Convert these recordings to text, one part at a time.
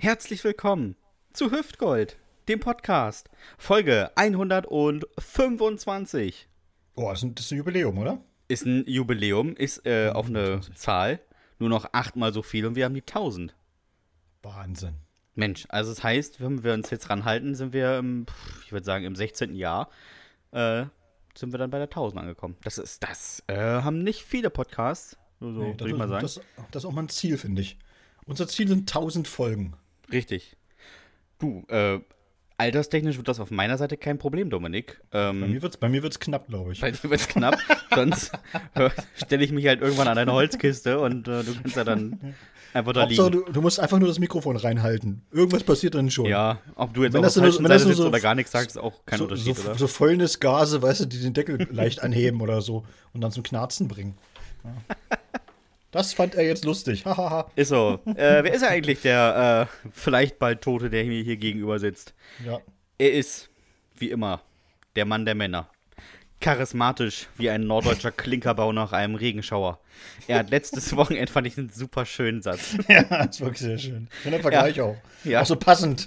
Herzlich willkommen zu Hüftgold, dem Podcast, Folge 125. Oh, das ist ein Jubiläum, oder? Ist ein Jubiläum, ist auf eine 125. Zahl, nur noch 8-mal so viel und wir haben die 1000. Wahnsinn. Mensch, also das heißt, wenn wir uns jetzt ranhalten, sind wir ich würde sagen, im 16. Jahr sind wir dann bei der 1000 angekommen. Das haben nicht viele Podcasts, nur so, Nee, würde ich mal sagen. das ist auch mal ein Ziel, finde ich. Unser Ziel sind 1000 Folgen. Richtig. Du, alterstechnisch wird das auf meiner Seite kein Problem, Dominik. Bei mir wird's knapp, glaube ich. Bei dir wird's knapp, sonst stelle ich mich halt irgendwann an deine Holzkiste und du kannst ja dann einfach da Hauptsache, liegen. du musst einfach nur das Mikrofon reinhalten. Irgendwas passiert dann schon. Ja, ob du jetzt Wenn auf das der nur- falschen wenn das Seite nur sitzt so- oder gar nichts sagst, ist auch kein Unterschied, oder? So fäulnis Gase, weißt du, die den Deckel leicht anheben oder so und dann zum Knarzen bringen. Ja. Das fand er jetzt lustig. Hahaha. Ist so. Wer ist eigentlich der vielleicht bald Tote, der mir hier gegenüber sitzt? Ja. Er ist, wie immer, der Mann der Männer. Charismatisch wie ein norddeutscher Klinkerbau nach einem Regenschauer. Er hat letztes Wochenende, fand ich einen super schönen Satz. Ja, das ist wirklich sehr schön. Schöner Vergleich auch. Ja. Auch so passend.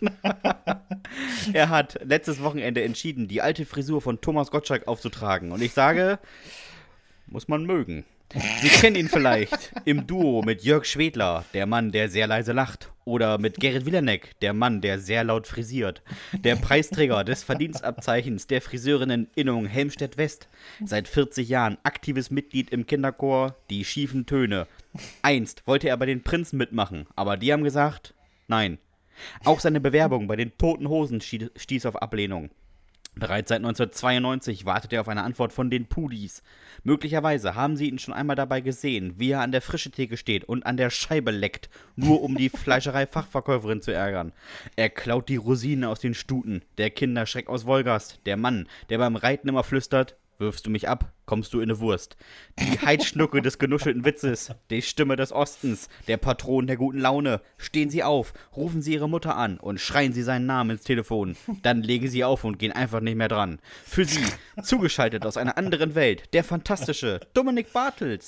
Er hat letztes Wochenende entschieden, die alte Frisur von Thomas Gottschalk aufzutragen. Und ich sage, muss man mögen. Sie kennen ihn vielleicht im Duo mit Jörg Schwedler, der Mann, der sehr leise lacht. Oder mit Gerrit Wilenek, der Mann, der sehr laut frisiert. Der Preisträger des Verdienstabzeichens der Friseurinnen-Innung Helmstedt-West. Seit 40 Jahren aktives Mitglied im Kinderchor Die schiefen Töne. Einst wollte er bei den Prinzen mitmachen, aber die haben gesagt, nein. Auch seine Bewerbung bei den Toten Hosen stieß auf Ablehnung. Bereits seit 1992 wartet er auf eine Antwort von den Pudis. Möglicherweise haben sie ihn schon einmal dabei gesehen, wie er an der Frischetheke steht und an der Scheibe leckt, nur um die Fleischerei-Fachverkäuferin zu ärgern. Er klaut die Rosinen aus den Stuten, der Kinderschreck aus Wolgast, der Mann, der beim Reiten immer flüstert, wirfst du mich ab, kommst du in eine Wurst. Die Heidschnucke des genuschelten Witzes, die Stimme des Ostens, der Patron der guten Laune. Stehen Sie auf, rufen Sie Ihre Mutter an und schreien Sie seinen Namen ins Telefon. Dann legen Sie auf und gehen einfach nicht mehr dran. Für Sie, zugeschaltet aus einer anderen Welt, der fantastische Dominik Bartels.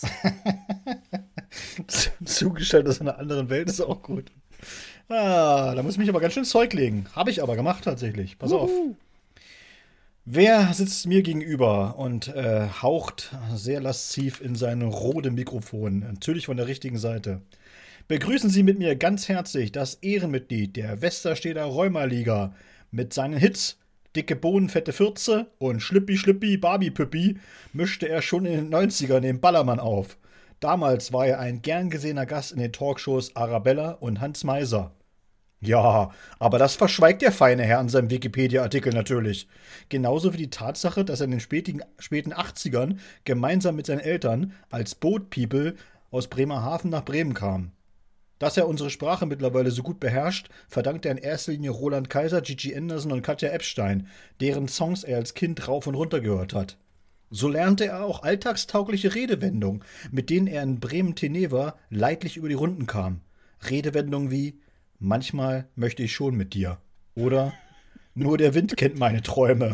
Zugestellt aus einer anderen Welt ist auch gut. Da muss ich mich aber ganz schön Zeug legen. Habe ich aber gemacht tatsächlich. Pass auf. Wer sitzt mir gegenüber und haucht sehr lasziv in sein rote Mikrofon? Natürlich von der richtigen Seite. Begrüßen Sie mit mir ganz herzlich das Ehrenmitglied der Westersteder Rheuma-Liga mit seinen Hits Dicke Bohnen, fette Fürze und Schlippi Schlippi, Barbie Püppi mischte er schon in den 90ern den Ballermann auf. Damals war er ein gern gesehener Gast in den Talkshows Arabella und Hans Meiser. Ja, aber das verschweigt der feine Herr in seinem Wikipedia-Artikel natürlich. Genauso wie die Tatsache, dass er in den späten 80ern gemeinsam mit seinen Eltern als Boat People aus Bremerhaven nach Bremen kam. Dass er unsere Sprache mittlerweile so gut beherrscht, verdankt er in erster Linie Roland Kaiser, Gigi Anderson und Katja Epstein, deren Songs er als Kind rauf und runter gehört hat. So lernte er auch alltagstaugliche Redewendungen, mit denen er in Bremen-Teneva leidlich über die Runden kam. Redewendungen wie Manchmal möchte ich schon mit dir. Oder nur der Wind kennt meine Träume.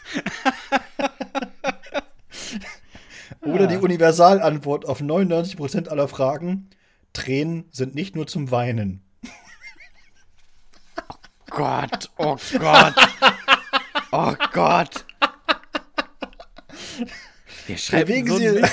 Oder die Universalantwort auf 99% aller Fragen: Tränen sind nicht nur zum Weinen. Gott, oh Gott. Oh Gott. Wir schreiben Bewegen so Sie. Mist.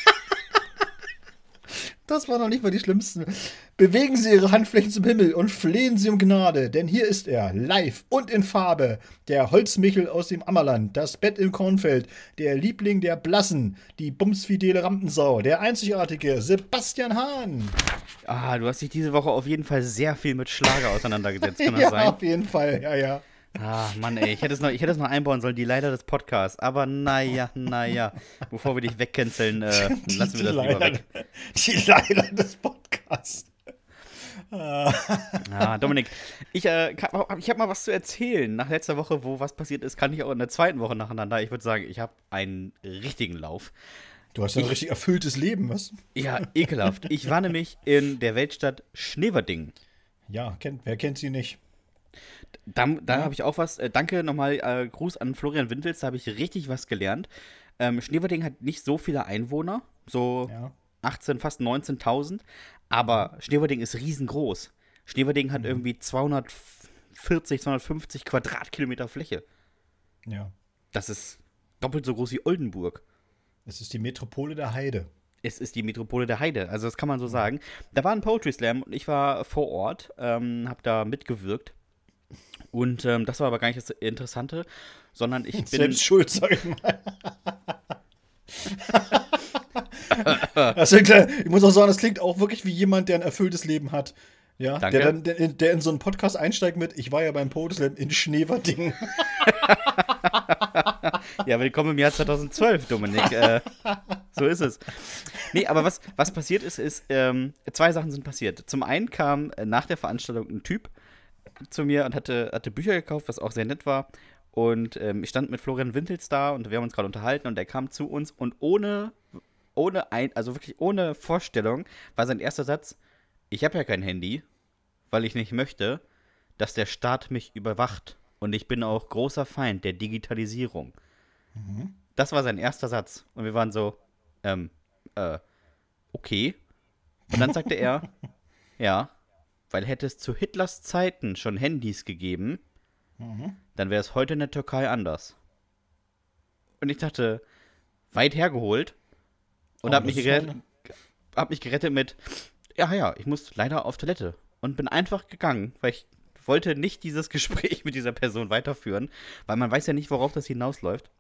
Das war noch nicht mal die schlimmsten. Bewegen Sie Ihre Handflächen zum Himmel und flehen Sie um Gnade, denn hier ist er, live und in Farbe, der Holzmichel aus dem Ammerland, das Bett im Kornfeld, der Liebling der Blassen, die bumsfidele Rampensau, der einzigartige Sebastian Hahn. Ah, du hast dich diese Woche auf jeden Fall sehr viel mit Schlager auseinandergesetzt, kann das Ja, sein? auf jeden Fall, ja. Ah, Mann, ey, ich hätte es noch einbauen sollen, die Leider des Podcasts. Aber naja. Bevor wir dich wegcanceln, lassen wir das lieber weg. Die Leider des Podcasts. Ah, Dominik, ich habe mal was zu erzählen. Nach letzter Woche, wo was passiert ist, kann ich auch in der zweiten Woche nacheinander. Ich würde sagen, ich habe einen richtigen Lauf. Du hast ein richtig erfülltes Leben, was? Ja, ekelhaft. Ich war nämlich in der Weltstadt Schneverdingen. Ja, wer kennt sie nicht? Da habe ich auch was. Danke nochmal, Gruß an Florian Wintels, da habe ich richtig was gelernt. Schneverdingen hat nicht so viele Einwohner, so Ja. 18, fast 19.000, aber Schneverdingen ist riesengroß. Schneewerding hat irgendwie 240, 250 Quadratkilometer Fläche. Ja. Das ist doppelt so groß wie Oldenburg. Es ist die Metropole der Heide. Es ist die Metropole der Heide, also das kann man so sagen. Da war ein Poetry Slam und ich war vor Ort, habe da mitgewirkt. Und das war aber gar nicht das Interessante, sondern ich bin... Selbst schuld, sag ich mal. Also, ich muss auch sagen, das klingt auch wirklich wie jemand, der ein erfülltes Leben hat. Ja, Danke. der in so einen Podcast einsteigt mit, ich war ja beim Poetry Slam in Schneewerding. Ja, willkommen im Jahr 2012, Dominik. So ist es. Nee, aber was passiert ist, zwei Sachen sind passiert. Zum einen kam nach der Veranstaltung ein Typ zu mir und hatte Bücher gekauft, was auch sehr nett war. Und ich stand mit Florian Wintels da und wir haben uns gerade unterhalten und er kam zu uns und also wirklich ohne Vorstellung war sein erster Satz: Ich habe ja kein Handy, weil ich nicht möchte, dass der Staat mich überwacht. Und ich bin auch großer Feind der Digitalisierung. Mhm. Das war sein erster Satz. Und wir waren so, okay. Und dann sagte er, ja, weil hätte es zu Hitlers Zeiten schon Handys gegeben, dann wäre es heute in der Türkei anders. Und ich dachte, weit hergeholt. Und hab mich gerettet mit, ja, ich muss leider auf Toilette. Und bin einfach gegangen, weil ich wollte nicht dieses Gespräch mit dieser Person weiterführen, weil man weiß ja nicht, worauf das hinausläuft.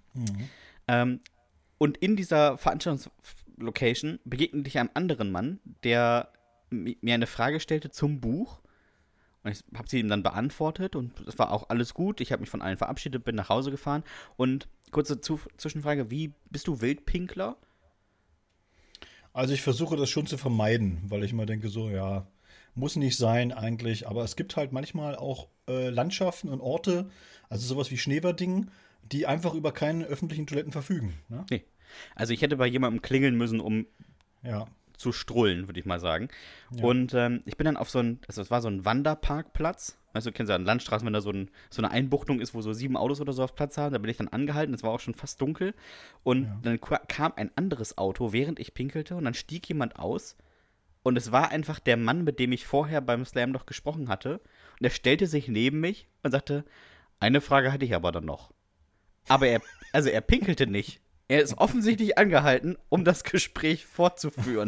Und in dieser Veranstaltungslocation begegnete ich einem anderen Mann, der mir eine Frage stellte zum Buch. Und ich habe sie ihm dann beantwortet und es war auch alles gut. Ich habe mich von allen verabschiedet, bin nach Hause gefahren. Und kurze Zwischenfrage, wie bist du Wildpinkler? Also ich versuche das schon zu vermeiden, weil ich immer denke so, ja, muss nicht sein eigentlich, aber es gibt halt manchmal auch Landschaften und Orte, also sowas wie Schneewerdingen, die einfach über keine öffentlichen Toiletten verfügen. Ne? Nee. Also ich hätte bei jemandem klingeln müssen, um Ja. zu strollen, würde ich mal sagen. Ja. Und ich bin dann auf es war so ein Wanderparkplatz. Weißt du, kennst du an Landstraßen, wenn da so eine Einbuchtung ist, wo so 7 Autos oder so auf Platz haben, da bin ich dann angehalten, es war auch schon fast dunkel. Und dann kam ein anderes Auto, während ich pinkelte, und dann stieg jemand aus. Und es war einfach der Mann, mit dem ich vorher beim Slam noch gesprochen hatte. Und er stellte sich neben mich und sagte, eine Frage hatte ich aber dann noch. Aber er pinkelte nicht. Er ist offensichtlich angehalten, um das Gespräch fortzuführen.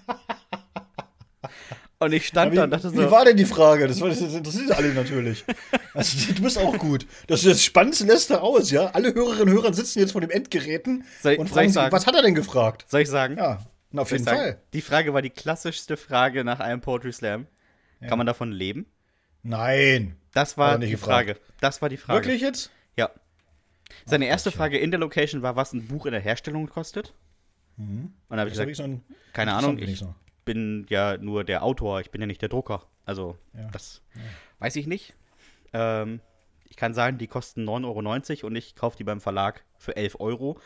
Und ich stand da und dachte so... Wie war denn die Frage? Das interessiert alle natürlich. Also, du bist auch gut. Das Spannendste lässt da aus, ja? Alle Hörerinnen und Hörer sitzen jetzt vor den Endgeräten und fragen sich, was hat er denn gefragt? Soll ich sagen? Ja, na, auf jeden Fall. Die Frage war die klassischste Frage nach einem Poetry Slam. Ja. Kann man davon leben? Nein. Das war die Frage. Das war die Frage. Wirklich jetzt? Ja. Seine erste Frage in der Location war, was ein Buch in der Herstellung kostet. Und da habe ich gesagt, keine Ahnung, ich bin ja nur der Autor, ich bin ja nicht der Drucker. Also, das weiß ich nicht. Ich kann sagen, die kosten 9,90 € und ich kaufe die beim Verlag für 11 €.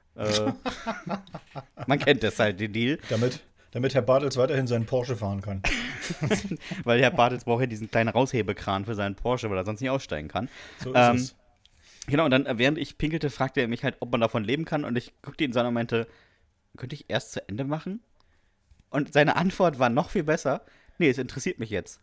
Man kennt das halt, den Deal. Damit Herr Bartels weiterhin seinen Porsche fahren kann. Weil Herr Bartels braucht ja diesen kleinen Raushebekran für seinen Porsche, weil er sonst nicht aussteigen kann. So ist es. Genau, und dann, während ich pinkelte, fragte er mich halt, ob man davon leben kann. Und ich guckte ihn so an und meinte, könnte ich erst zu Ende machen? Und seine Antwort war noch viel besser. Nee, es interessiert mich jetzt.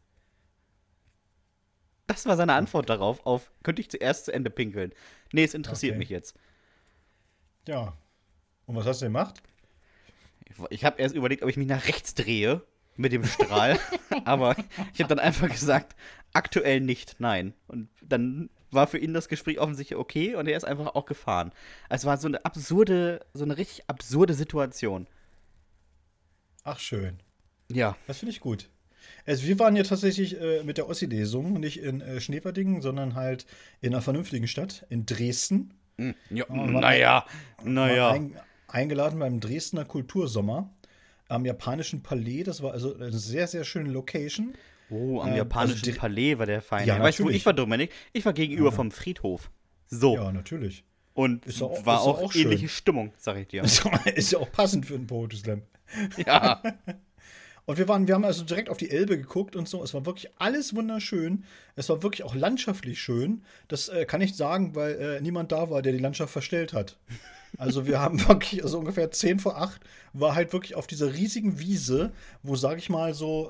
Das war seine Antwort darauf, könnte ich zuerst zu Ende pinkeln? Nee, es interessiert mich jetzt. Ja. Und was hast du gemacht? Ich habe erst überlegt, ob ich mich nach rechts drehe mit dem Strahl. Aber ich habe dann einfach gesagt, aktuell nicht, nein. Und dann war für ihn das Gespräch offensichtlich okay und er ist einfach auch gefahren. Es war so eine richtig absurde Situation. Ach, schön. Ja. Das finde ich gut. Also wir waren ja tatsächlich mit der Ossi-Lesung nicht in Schneewerdingen, sondern halt in einer vernünftigen Stadt, in Dresden. Ja, naja. Eingeladen beim Dresdner Kultursommer am japanischen Palais. Das war also eine sehr, sehr schöne Location. Oh, am japanischen Palais war der feine. Ja, weißt du, wo ich war, Dominik? Ich war gegenüber vom Friedhof. So. Ja, natürlich. Und war auch ähnliche Stimmung, sag ich dir. Ist ja auch passend für einen Poetry Slam. Ja. Und wir haben also direkt auf die Elbe geguckt und so. Es war wirklich alles wunderschön. Es war wirklich auch landschaftlich schön. Das kann ich sagen, weil niemand da war, der die Landschaft verstellt hat. Also wir haben wirklich, also ungefähr 7:50 war halt wirklich auf dieser riesigen Wiese, wo, sag ich mal, so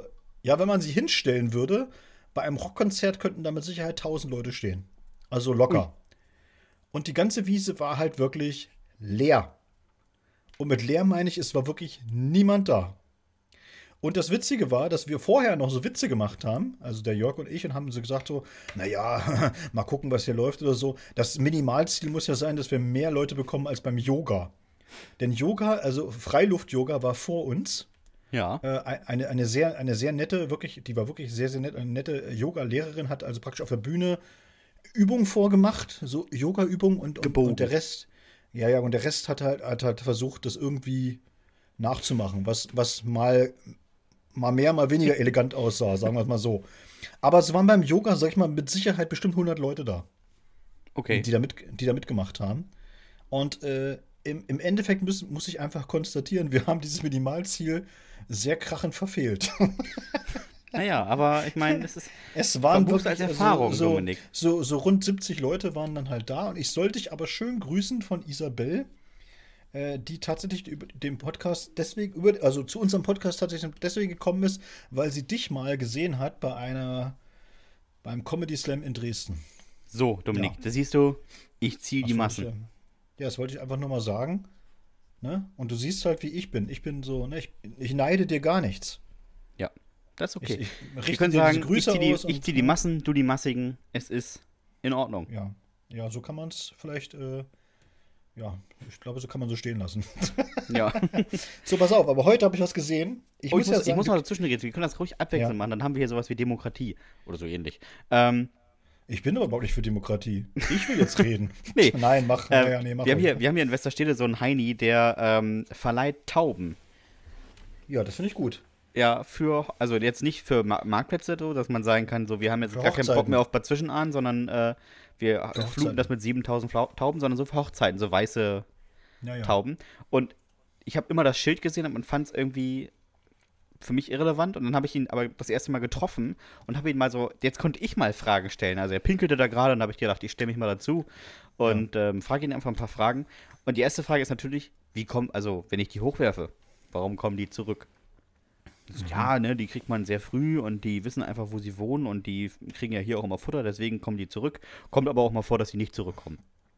Ja, wenn man sie hinstellen würde, bei einem Rockkonzert könnten da mit Sicherheit 1000 Leute stehen. Also locker. Und die ganze Wiese war halt wirklich leer. Und mit leer meine ich, es war wirklich niemand da. Und das Witzige war, dass wir vorher noch so Witze gemacht haben, also der Jörg und ich, und haben so gesagt so, naja, mal gucken, was hier läuft oder so. Das Minimalziel muss ja sein, dass wir mehr Leute bekommen als beim Yoga. Denn Yoga, also Freiluft-Yoga war vor uns. Ja. Eine sehr nette, wirklich, die war wirklich sehr, sehr nett, eine nette Yoga-Lehrerin, hat also praktisch auf der Bühne Übungen vorgemacht, so Yoga-Übungen und der Rest, ja, und der Rest hat halt versucht, das irgendwie nachzumachen, was mal mehr, mal weniger elegant aussah, sagen wir es mal so. Aber es waren beim Yoga, sag ich mal, mit Sicherheit bestimmt 100 Leute da, Okay. die da mitgemacht haben. Und im Endeffekt muss ich einfach konstatieren, wir haben dieses Minimalziel sehr krachend verfehlt. Naja, aber ich meine, das ist. Es waren Verbuchst als Erfahrung, Dominik. so rund 70 Leute waren dann halt da. Und ich sollte dich aber schön grüßen von Isabel, die tatsächlich über den Podcast also zu unserem Podcast tatsächlich deswegen gekommen ist, weil sie dich mal gesehen hat beim Comedy Slam in Dresden. So, Dominik, Ja. da siehst du, ich ziehe die Massen. Ja, das wollte ich einfach nur mal sagen. Ne? Und du siehst halt, wie ich bin. Ich bin so, ne, ich neide dir gar nichts. Ja, das ist okay. Ich Wir richte können dir diese sagen, Grüße aus ich zieh die Massen, du die Massigen. Es ist in Ordnung. Ja, so kann man es vielleicht, ich glaube, so kann man so stehen lassen. Ja. So, pass auf, aber heute habe ich was gesehen. Ich muss mal dazwischen reden. Wir können das ruhig abwechselnd Ja. machen. Dann haben wir hier sowas wie Demokratie oder so ähnlich. Ich bin aber überhaupt nicht für Demokratie. Ich will jetzt reden. Nee. Nein, mach wir haben ruhig. hier in Westerstede so einen Heini, der verleiht Tauben. Ja, das finde ich gut. Ja, also jetzt nicht für Marktplätze, so, dass man sagen kann, so, wir haben jetzt Für gar keinen Bock Hochzeiten. mehr auf Bad Zwischenahn, sondern wir Hochzeiten. fluten das mit 7000 Tauben, sondern so für Hochzeiten, so weiße Ja. Tauben. Und ich habe immer das Schild gesehen und fand es irgendwie für mich irrelevant. Und dann habe ich ihn aber das erste Mal getroffen und habe ihn mal so, jetzt konnte ich mal Fragen stellen. Also er pinkelte da gerade und habe ich gedacht, ich stelle mich mal dazu und frage ihn einfach ein paar Fragen. Und die erste Frage ist natürlich, also wenn ich die hochwerfe, warum kommen die zurück? Ja, ne, die kriegt man sehr früh und die wissen einfach, wo sie wohnen und die kriegen ja hier auch immer Futter, deswegen kommen die zurück. Kommt aber auch mal vor, dass sie nicht zurückkommen.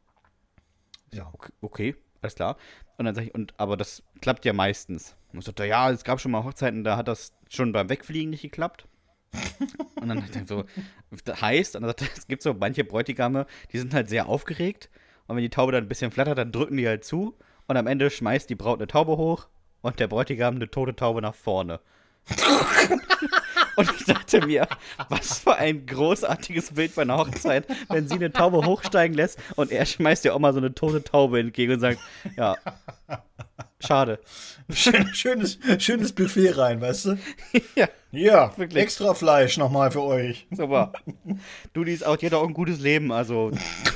Ja. Okay, alles klar. Und dann sage ich, aber das klappt ja meistens. Und ich sagte, ja, es gab schon mal Hochzeiten, da hat das schon beim Wegfliegen nicht geklappt. Und dann dachte ich so, das heißt, und dann sagt er, es gibt so manche Bräutigame, die sind halt sehr aufgeregt. Und wenn die Taube dann ein bisschen flattert, dann drücken die halt zu. Und am Ende schmeißt die Braut eine Taube hoch und der Bräutigam eine tote Taube nach vorne. Und ich dachte mir, was für ein großartiges Bild bei einer Hochzeit, wenn sie eine Taube hochsteigen lässt und er schmeißt ihr auch mal so eine tote Taube entgegen und sagt, ja, schade. Schönes Buffet rein, weißt du? Ja, Ja, Wirklich. extra Fleisch nochmal für euch. super. Die hat auch ein gutes Leben, also.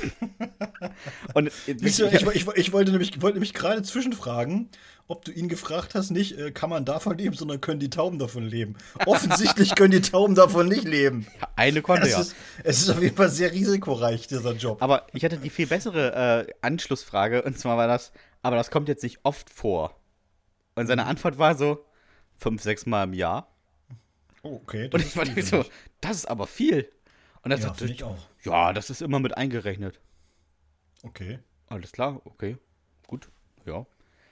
Und Siehst du, ich wollte nämlich gerade zwischenfragen, ob du ihn gefragt hast, nicht, kann man davon leben, sondern können die Tauben davon leben. Offensichtlich können die Tauben davon nicht leben. eine konnte ja. Es ist auf jeden Fall sehr risikoreich, dieser Job. Aber ich hatte die viel bessere Anschlussfrage und zwar war das, aber das kommt jetzt nicht oft vor. Und seine Antwort war so, 5, 6 Mal im Jahr. Oh, okay. Und ich war nämlich so, das ist aber viel. Und er Ja, sagte, finde ich auch. ja, das ist immer mit eingerechnet. Okay. Alles klar, okay, gut, ja.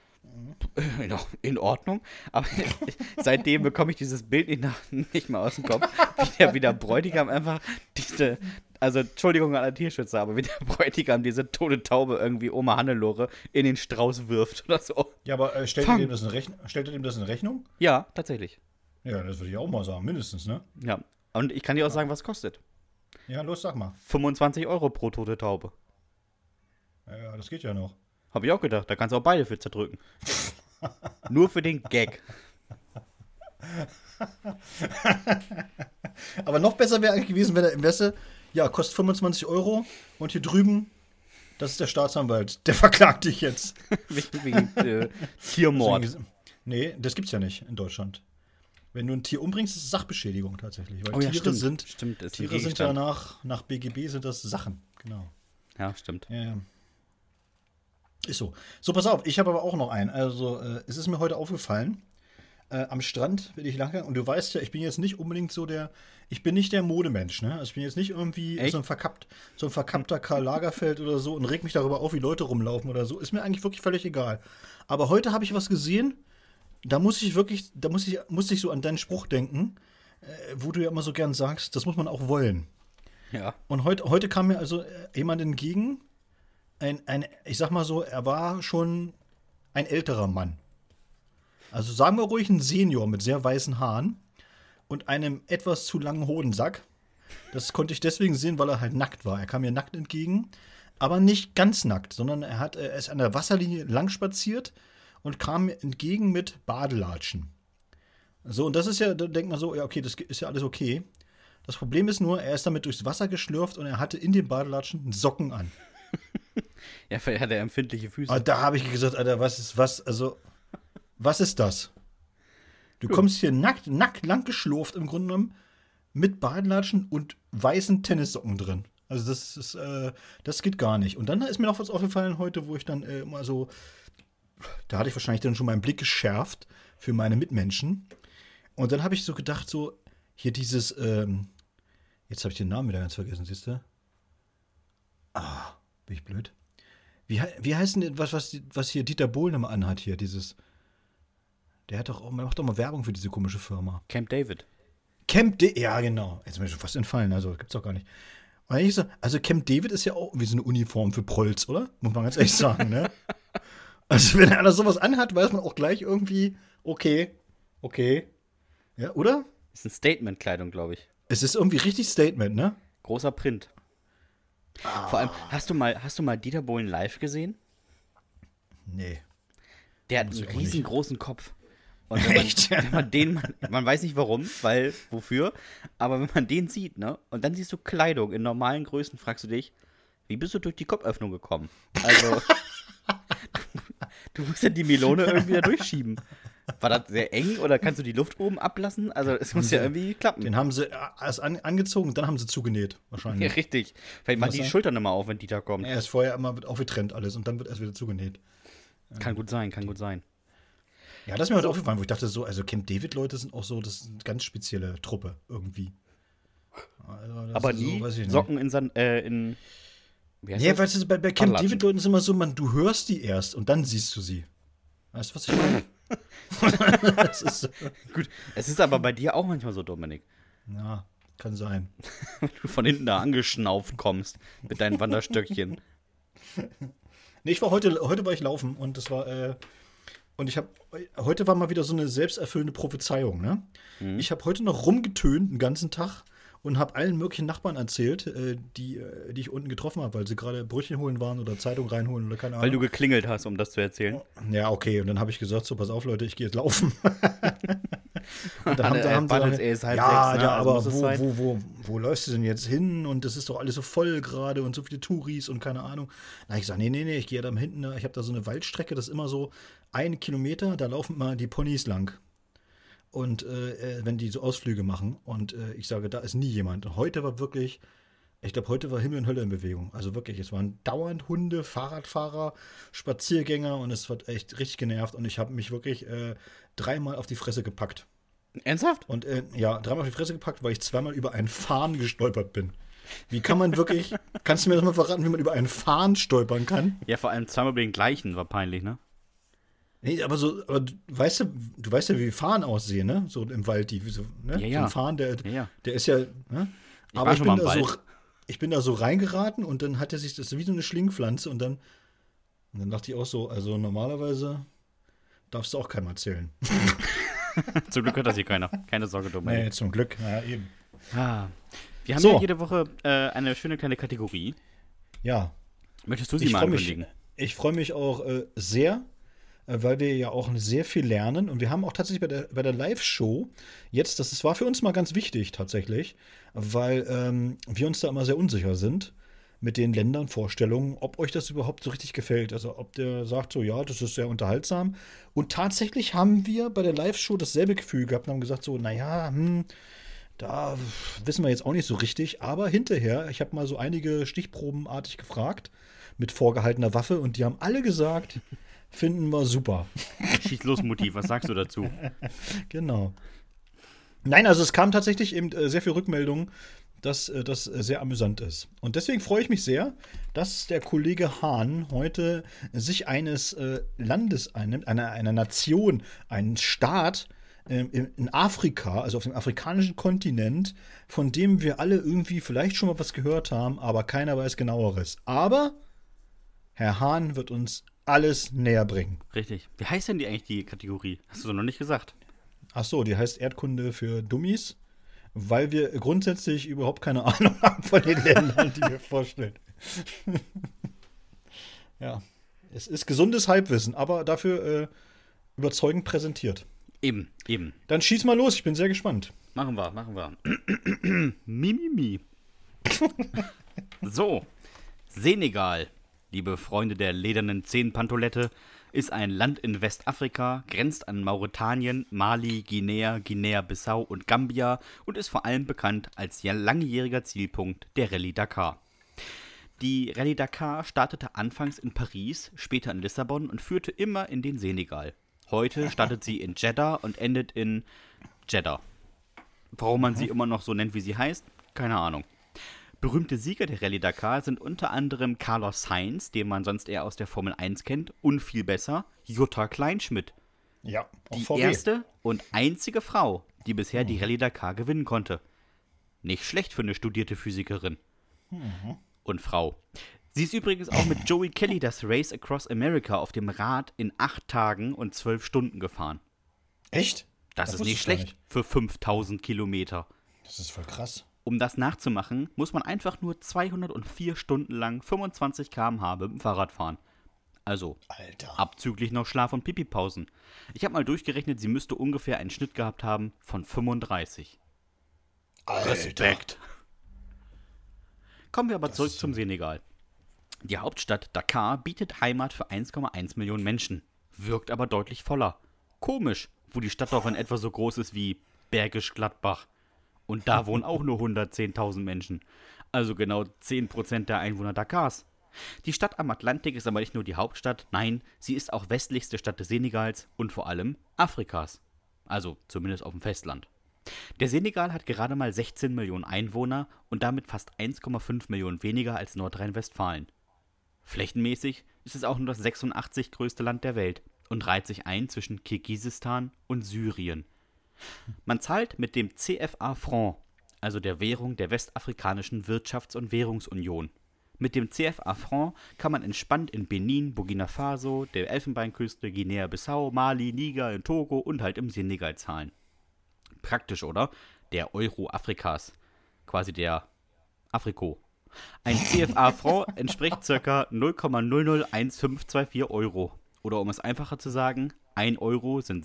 In Ordnung. Aber seitdem bekomme ich dieses Bild nicht mehr aus dem Kopf, wie der Bräutigam einfach also Entschuldigung an alle Tierschützer, aber wie der Bräutigam diese tote Taube irgendwie Oma Hannelore in den Strauß wirft oder so. Ja, aber stellt ihr dem das in Rechnung? Ja, tatsächlich. Ja, das würde ich auch mal sagen, mindestens, ne? Ja. Und ich kann dir auch sagen, was es kostet. Ja, los, sag mal. 25 € pro tote Taube. Ja, das geht ja noch. Habe ich auch gedacht, da kannst du auch beide für zerdrücken. Nur für den Gag. Aber noch besser wäre eigentlich gewesen, wenn er im Wesse, ja, kostet 25 € und hier drüben, das ist der Staatsanwalt, der verklagt dich jetzt. wegen Tiermord. Deswegen, nee, das gibt's ja nicht in Deutschland. Wenn du ein Tier umbringst, ist es Sachbeschädigung tatsächlich. Weil Oh ja, Tiere stimmt. sind, ist ein Tiere sind ja Gegenstand. nach BGB sind das Sachen. Genau. Ja, stimmt. Ja. Ist so. So, pass auf, ich habe aber auch noch einen. Also, es ist mir heute aufgefallen, am Strand bin ich lang und du weißt ja, ich bin jetzt nicht unbedingt ich bin nicht der Modemensch, ne? Also ich bin jetzt nicht irgendwie Echt? so ein verkappter Karl Lagerfeld oder so und reg mich darüber auf, wie Leute rumlaufen oder so. Ist mir eigentlich wirklich völlig egal. Aber heute habe ich was gesehen, da muss ich so an deinen Spruch denken, wo du ja immer so gern sagst, das muss man auch wollen. Ja. Und heute kam mir also jemand entgegen, ich sag mal so, er war schon ein älterer Mann. Also sagen wir ruhig ein Senior mit sehr weißen Haaren und einem etwas zu langen Hodensack. Das konnte ich deswegen sehen, weil er halt nackt war. Er kam mir nackt entgegen, aber nicht ganz nackt, sondern er ist an der Wasserlinie lang spaziert und kam mir entgegen mit Badelatschen. So, und das ist ja, da denkt man so, ja, okay, das ist ja alles okay. Das Problem ist nur, er ist damit durchs Wasser geschlürft und er hatte in den Badelatschen Socken an. Ja, vielleicht hat er empfindliche Füße. Und da habe ich gesagt, Alter, was ist das? Du kommst hier nackt lang geschlurft im Grunde genommen mit Badelatschen und weißen Tennissocken drin. Also das geht gar nicht. Und dann ist mir noch was aufgefallen heute, wo ich dann mal so, da hatte ich wahrscheinlich dann schon meinen Blick geschärft für meine Mitmenschen. Und dann habe ich so gedacht, so, hier dieses, jetzt habe ich den Namen wieder ganz vergessen, siehst du? Ah, bin ich blöd. Wie heißt denn was hier Dieter Bohlen immer anhat hier, dieses, der macht doch mal Werbung für diese komische Firma. Camp David. Ja, genau. Jetzt ist mir schon fast entfallen, also gibt's doch gar nicht. Und ich so, also Camp David ist ja auch wie so eine Uniform für Prolls, oder? Muss man ganz ehrlich sagen, ne? Also wenn einer sowas anhat, weiß man auch gleich irgendwie, okay. Ja, oder? Ist ein Statement-Kleidung, glaube ich. Es ist irgendwie richtig Statement, ne? Großer Print. Vor allem, hast du mal Dieter Bohlen live gesehen? Nee. Der hat Muss einen ich auch nicht. riesengroßen Kopf. Und Echt? wenn man weiß nicht warum, wofür, aber wenn man den sieht, ne, und dann siehst du Kleidung in normalen Größen, fragst du dich, wie bist du durch die Kopföffnung gekommen? Also, du musst ja die Melone irgendwie da durchschieben. War das sehr eng oder kannst du die Luft oben ablassen? Also, es muss ja irgendwie klappen. Den haben sie erst angezogen, dann haben sie zugenäht, Ja, wahrscheinlich. richtig. Vielleicht machen Was die sein? Schultern immer auf, wenn Dieter kommt. Er ist vorher immer wird aufgetrennt alles und dann wird erst wieder zugenäht. Kann gut sein, kann gut sein. Ja, das ist mir heute aufgefallen, wo ich dachte so, also Camp David-Leute sind auch so, das ist eine ganz spezielle Truppe irgendwie. Also das Aber ist nie so, weiß ich nicht. Socken in wie heißt Ja, das? weißt du, bei Camp Badelatschen. David-Leuten ist immer so, du hörst die erst und dann siehst du sie. Weißt du, was ich meine? Das ist so, Gut, es ist aber bei dir auch manchmal so, Dominik. ja, kann sein. Wenn du von hinten da angeschnauft kommst mit deinen Wanderstöckchen. Nee, heute war ich laufen und das war, und heute war mal wieder so eine selbsterfüllende Prophezeiung, ne? Ich habe heute noch rumgetönt den ganzen Tag und habe allen möglichen Nachbarn erzählt, die ich unten getroffen habe, weil sie gerade Brötchen holen waren oder Zeitung reinholen oder keine Ahnung. Weil du geklingelt hast, um das zu erzählen. Ja, okay, und dann habe ich gesagt, so, pass auf, Leute, ich gehe jetzt laufen. Und dann haben Buttons, sie ist halb ja, sechs, ne? ja, Also aber muss es sein. wo läufst du denn jetzt hin? Und das ist doch alles so voll gerade und so viele Touris und keine Ahnung. Na, ich sage, nee, ich gehe ja da hinten, ich habe da so eine Waldstrecke, das ist immer so 1 Kilometer, da laufen mal die Ponys lang. Und wenn die so Ausflüge machen und ich sage, da ist nie jemand. Und heute war wirklich, ich glaube, heute war Himmel und Hölle in Bewegung. Also wirklich, es waren dauernd Hunde, Fahrradfahrer, Spaziergänger und es hat echt richtig genervt und ich habe mich wirklich 3-mal auf die Fresse gepackt. Ernsthaft? Und ja, 3-mal auf die Fresse gepackt, weil ich 2-mal über einen Farn gestolpert bin. Wie kann man wirklich, kannst du mir das mal verraten, wie man über einen Farn stolpern kann? Ja, vor allem zweimal über den gleichen war peinlich, ne? Nee, aber du weißt ja, wie Farn aussehen, ne? So im Wald, ne? Ja, ja. So ein Farn, der Ja. ist ja, ne? Ich Aber war ich schon bin mal im da so, Wald. ich bin da so reingeraten und dann hat er sich, das ist wie so eine Schlingpflanze und dann dachte ich auch so, also normalerweise darfst du auch keinem erzählen. Zum Glück hört das hier keiner. Keine Sorge, Dominik. Nee, zum Glück, naja, eben. Ah. Wir haben So. ja jede Woche eine schöne kleine Kategorie. Ja, Möchtest du sie ich mal freue ankündigen? ich freu mich auch sehr, weil wir ja auch sehr viel lernen. Und wir haben auch tatsächlich bei der Live-Show jetzt, das war für uns mal ganz wichtig tatsächlich, weil wir uns da immer sehr unsicher sind mit den Ländernvorstellungen, ob euch das überhaupt so richtig gefällt. Also ob der sagt so, ja, das ist sehr unterhaltsam. Und tatsächlich haben wir bei der Live-Show dasselbe Gefühl gehabt und haben gesagt so, naja, da wissen wir jetzt auch nicht so richtig. Aber hinterher, ich habe mal so einige stichprobenartig gefragt mit vorgehaltener Waffe und die haben alle gesagt, finden wir super. Schieß los, Mutti, was sagst du dazu? Genau. Nein, also es kam tatsächlich eben sehr viel Rückmeldungen, dass das sehr amüsant ist. Und deswegen freue ich mich sehr, dass der Kollege Hahn heute sich eines Landes einnimmt, einer Nation, einen Staat in Afrika, also auf dem afrikanischen Kontinent, von dem wir alle irgendwie vielleicht schon mal was gehört haben, aber keiner weiß genaueres. Aber Herr Hahn wird uns alles näher bringen. Richtig. Wie heißt denn die eigentlich, die Kategorie? Hast du so noch nicht gesagt. Ach so, die heißt Erdkunde für Dummies, weil wir grundsätzlich überhaupt keine Ahnung haben von den Ländern, die wir vorstellen. Ja, es ist gesundes Halbwissen, aber dafür überzeugend präsentiert. Eben, eben. Dann schieß mal los, ich bin sehr gespannt. Machen wir. Mimimi. So, Senegal, liebe Freunde der ledernen Zehenpantolette, ist ein Land in Westafrika, grenzt an Mauretanien, Mali, Guinea, Guinea-Bissau und Gambia und ist vor allem bekannt als langjähriger Zielpunkt der Rallye Dakar. Die Rallye Dakar startete anfangs in Paris, später in Lissabon und führte immer in den Senegal. Heute startet sie in Jeddah und endet in Jeddah. Warum man sie immer noch so nennt, wie sie heißt, keine Ahnung. Berühmte Sieger der Rallye Dakar sind unter anderem Carlos Sainz, den man sonst eher aus der Formel 1 kennt, und viel besser Jutta Kleinschmidt. Ja, auch Die VW. erste und einzige Frau, die bisher die Rallye Dakar gewinnen konnte. Nicht schlecht für eine studierte Physikerin. Und Frau. Sie ist übrigens auch mit Joey Kelly das Race Across America auf dem Rad in 8 Tagen und 12 Stunden gefahren. Echt? Das ist wusste nicht ich gar schlecht für 5000 Kilometer. Das ist voll krass. Um das nachzumachen, muss man einfach nur 204 Stunden lang 25 km/h mit dem Fahrrad fahren. Also, Alter. abzüglich noch Schlaf- und Pipi-Pausen. Ich habe mal durchgerechnet, sie müsste ungefähr einen Schnitt gehabt haben von 35. Alter. Respekt. Kommen wir aber zurück zum Senegal. Die Hauptstadt Dakar bietet Heimat für 1,1 Millionen Menschen, wirkt aber deutlich voller. Komisch, wo die Stadt doch in etwa so groß ist wie Bergisch Gladbach. Und da wohnen auch nur 110.000 Menschen. Also genau 10% der Einwohner Dakars. Die Stadt am Atlantik ist aber nicht nur die Hauptstadt, nein, sie ist auch westlichste Stadt des Senegals und vor allem Afrikas. Also zumindest auf dem Festland. Der Senegal hat gerade mal 16 Millionen Einwohner und damit fast 1,5 Millionen weniger als Nordrhein-Westfalen. Flächenmäßig ist es auch nur das 86 größte Land der Welt und reiht sich ein zwischen Kirgisistan und Syrien. Man zahlt mit dem CFA-Franc, also der Währung der Westafrikanischen Wirtschafts- und Währungsunion. Mit dem CFA-Franc kann man entspannt in Benin, Burkina Faso, der Elfenbeinküste, Guinea-Bissau, Mali, Niger, in Togo und halt im Senegal zahlen. Praktisch, oder? Der Euro Afrikas. Quasi der Afriko. Ein CFA-Franc entspricht ca. 0,001524 Euro. Oder um es einfacher zu sagen, 1 Euro sind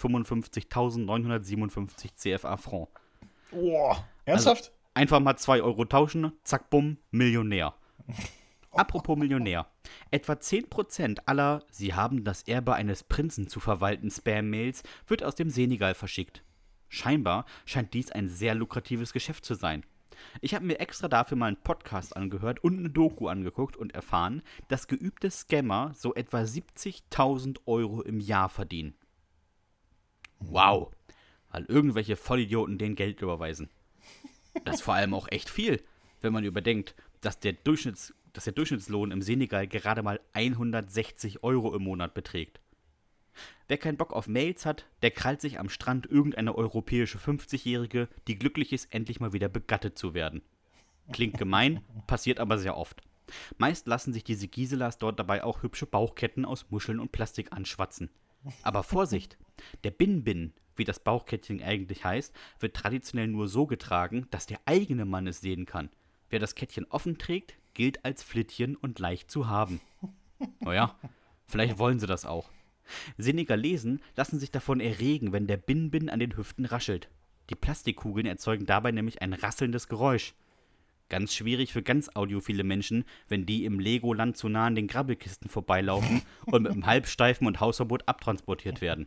655.957 CFA-Franc. Boah, ernsthaft? Also einfach mal 2 Euro tauschen, zack, bumm, Millionär. Apropos Millionär. Etwa 10% aller „Sie haben das Erbe eines Prinzen zu verwalten" Spam-Mails wird aus dem Senegal verschickt. Scheinbar scheint dies ein sehr lukratives Geschäft zu sein. Ich habe mir extra dafür mal einen Podcast angehört und eine Doku angeguckt und erfahren, dass geübte Scammer so etwa 70.000 Euro im Jahr verdienen. Wow, weil irgendwelche Vollidioten denen Geld überweisen. Das ist vor allem auch echt viel, wenn man überdenkt, dass der Durchschnittslohn im Senegal gerade mal 160 Euro im Monat beträgt. Wer keinen Bock auf Mails hat, der krallt sich am Strand irgendeine europäische 50-Jährige, die glücklich ist, endlich mal wieder begattet zu werden. Klingt gemein, passiert aber sehr oft. Meist lassen sich diese Giselas dort dabei auch hübsche Bauchketten aus Muscheln und Plastik anschwatzen. Aber Vorsicht, der Bin-Bin, wie das Bauchkettchen eigentlich heißt, wird traditionell nur so getragen, dass der eigene Mann es sehen kann. Wer das Kettchen offen trägt, gilt als Flittchen und leicht zu haben. Naja, vielleicht wollen sie das auch. Senegalesen lassen sich davon erregen, wenn der Bin-Bin an den Hüften raschelt. Die Plastikkugeln erzeugen dabei nämlich ein rasselndes Geräusch. Ganz schwierig für ganz audiophile Menschen, wenn die im Legoland zu nah an den Grabbelkisten vorbeilaufen und mit einem Halbsteifen und Hausverbot abtransportiert werden.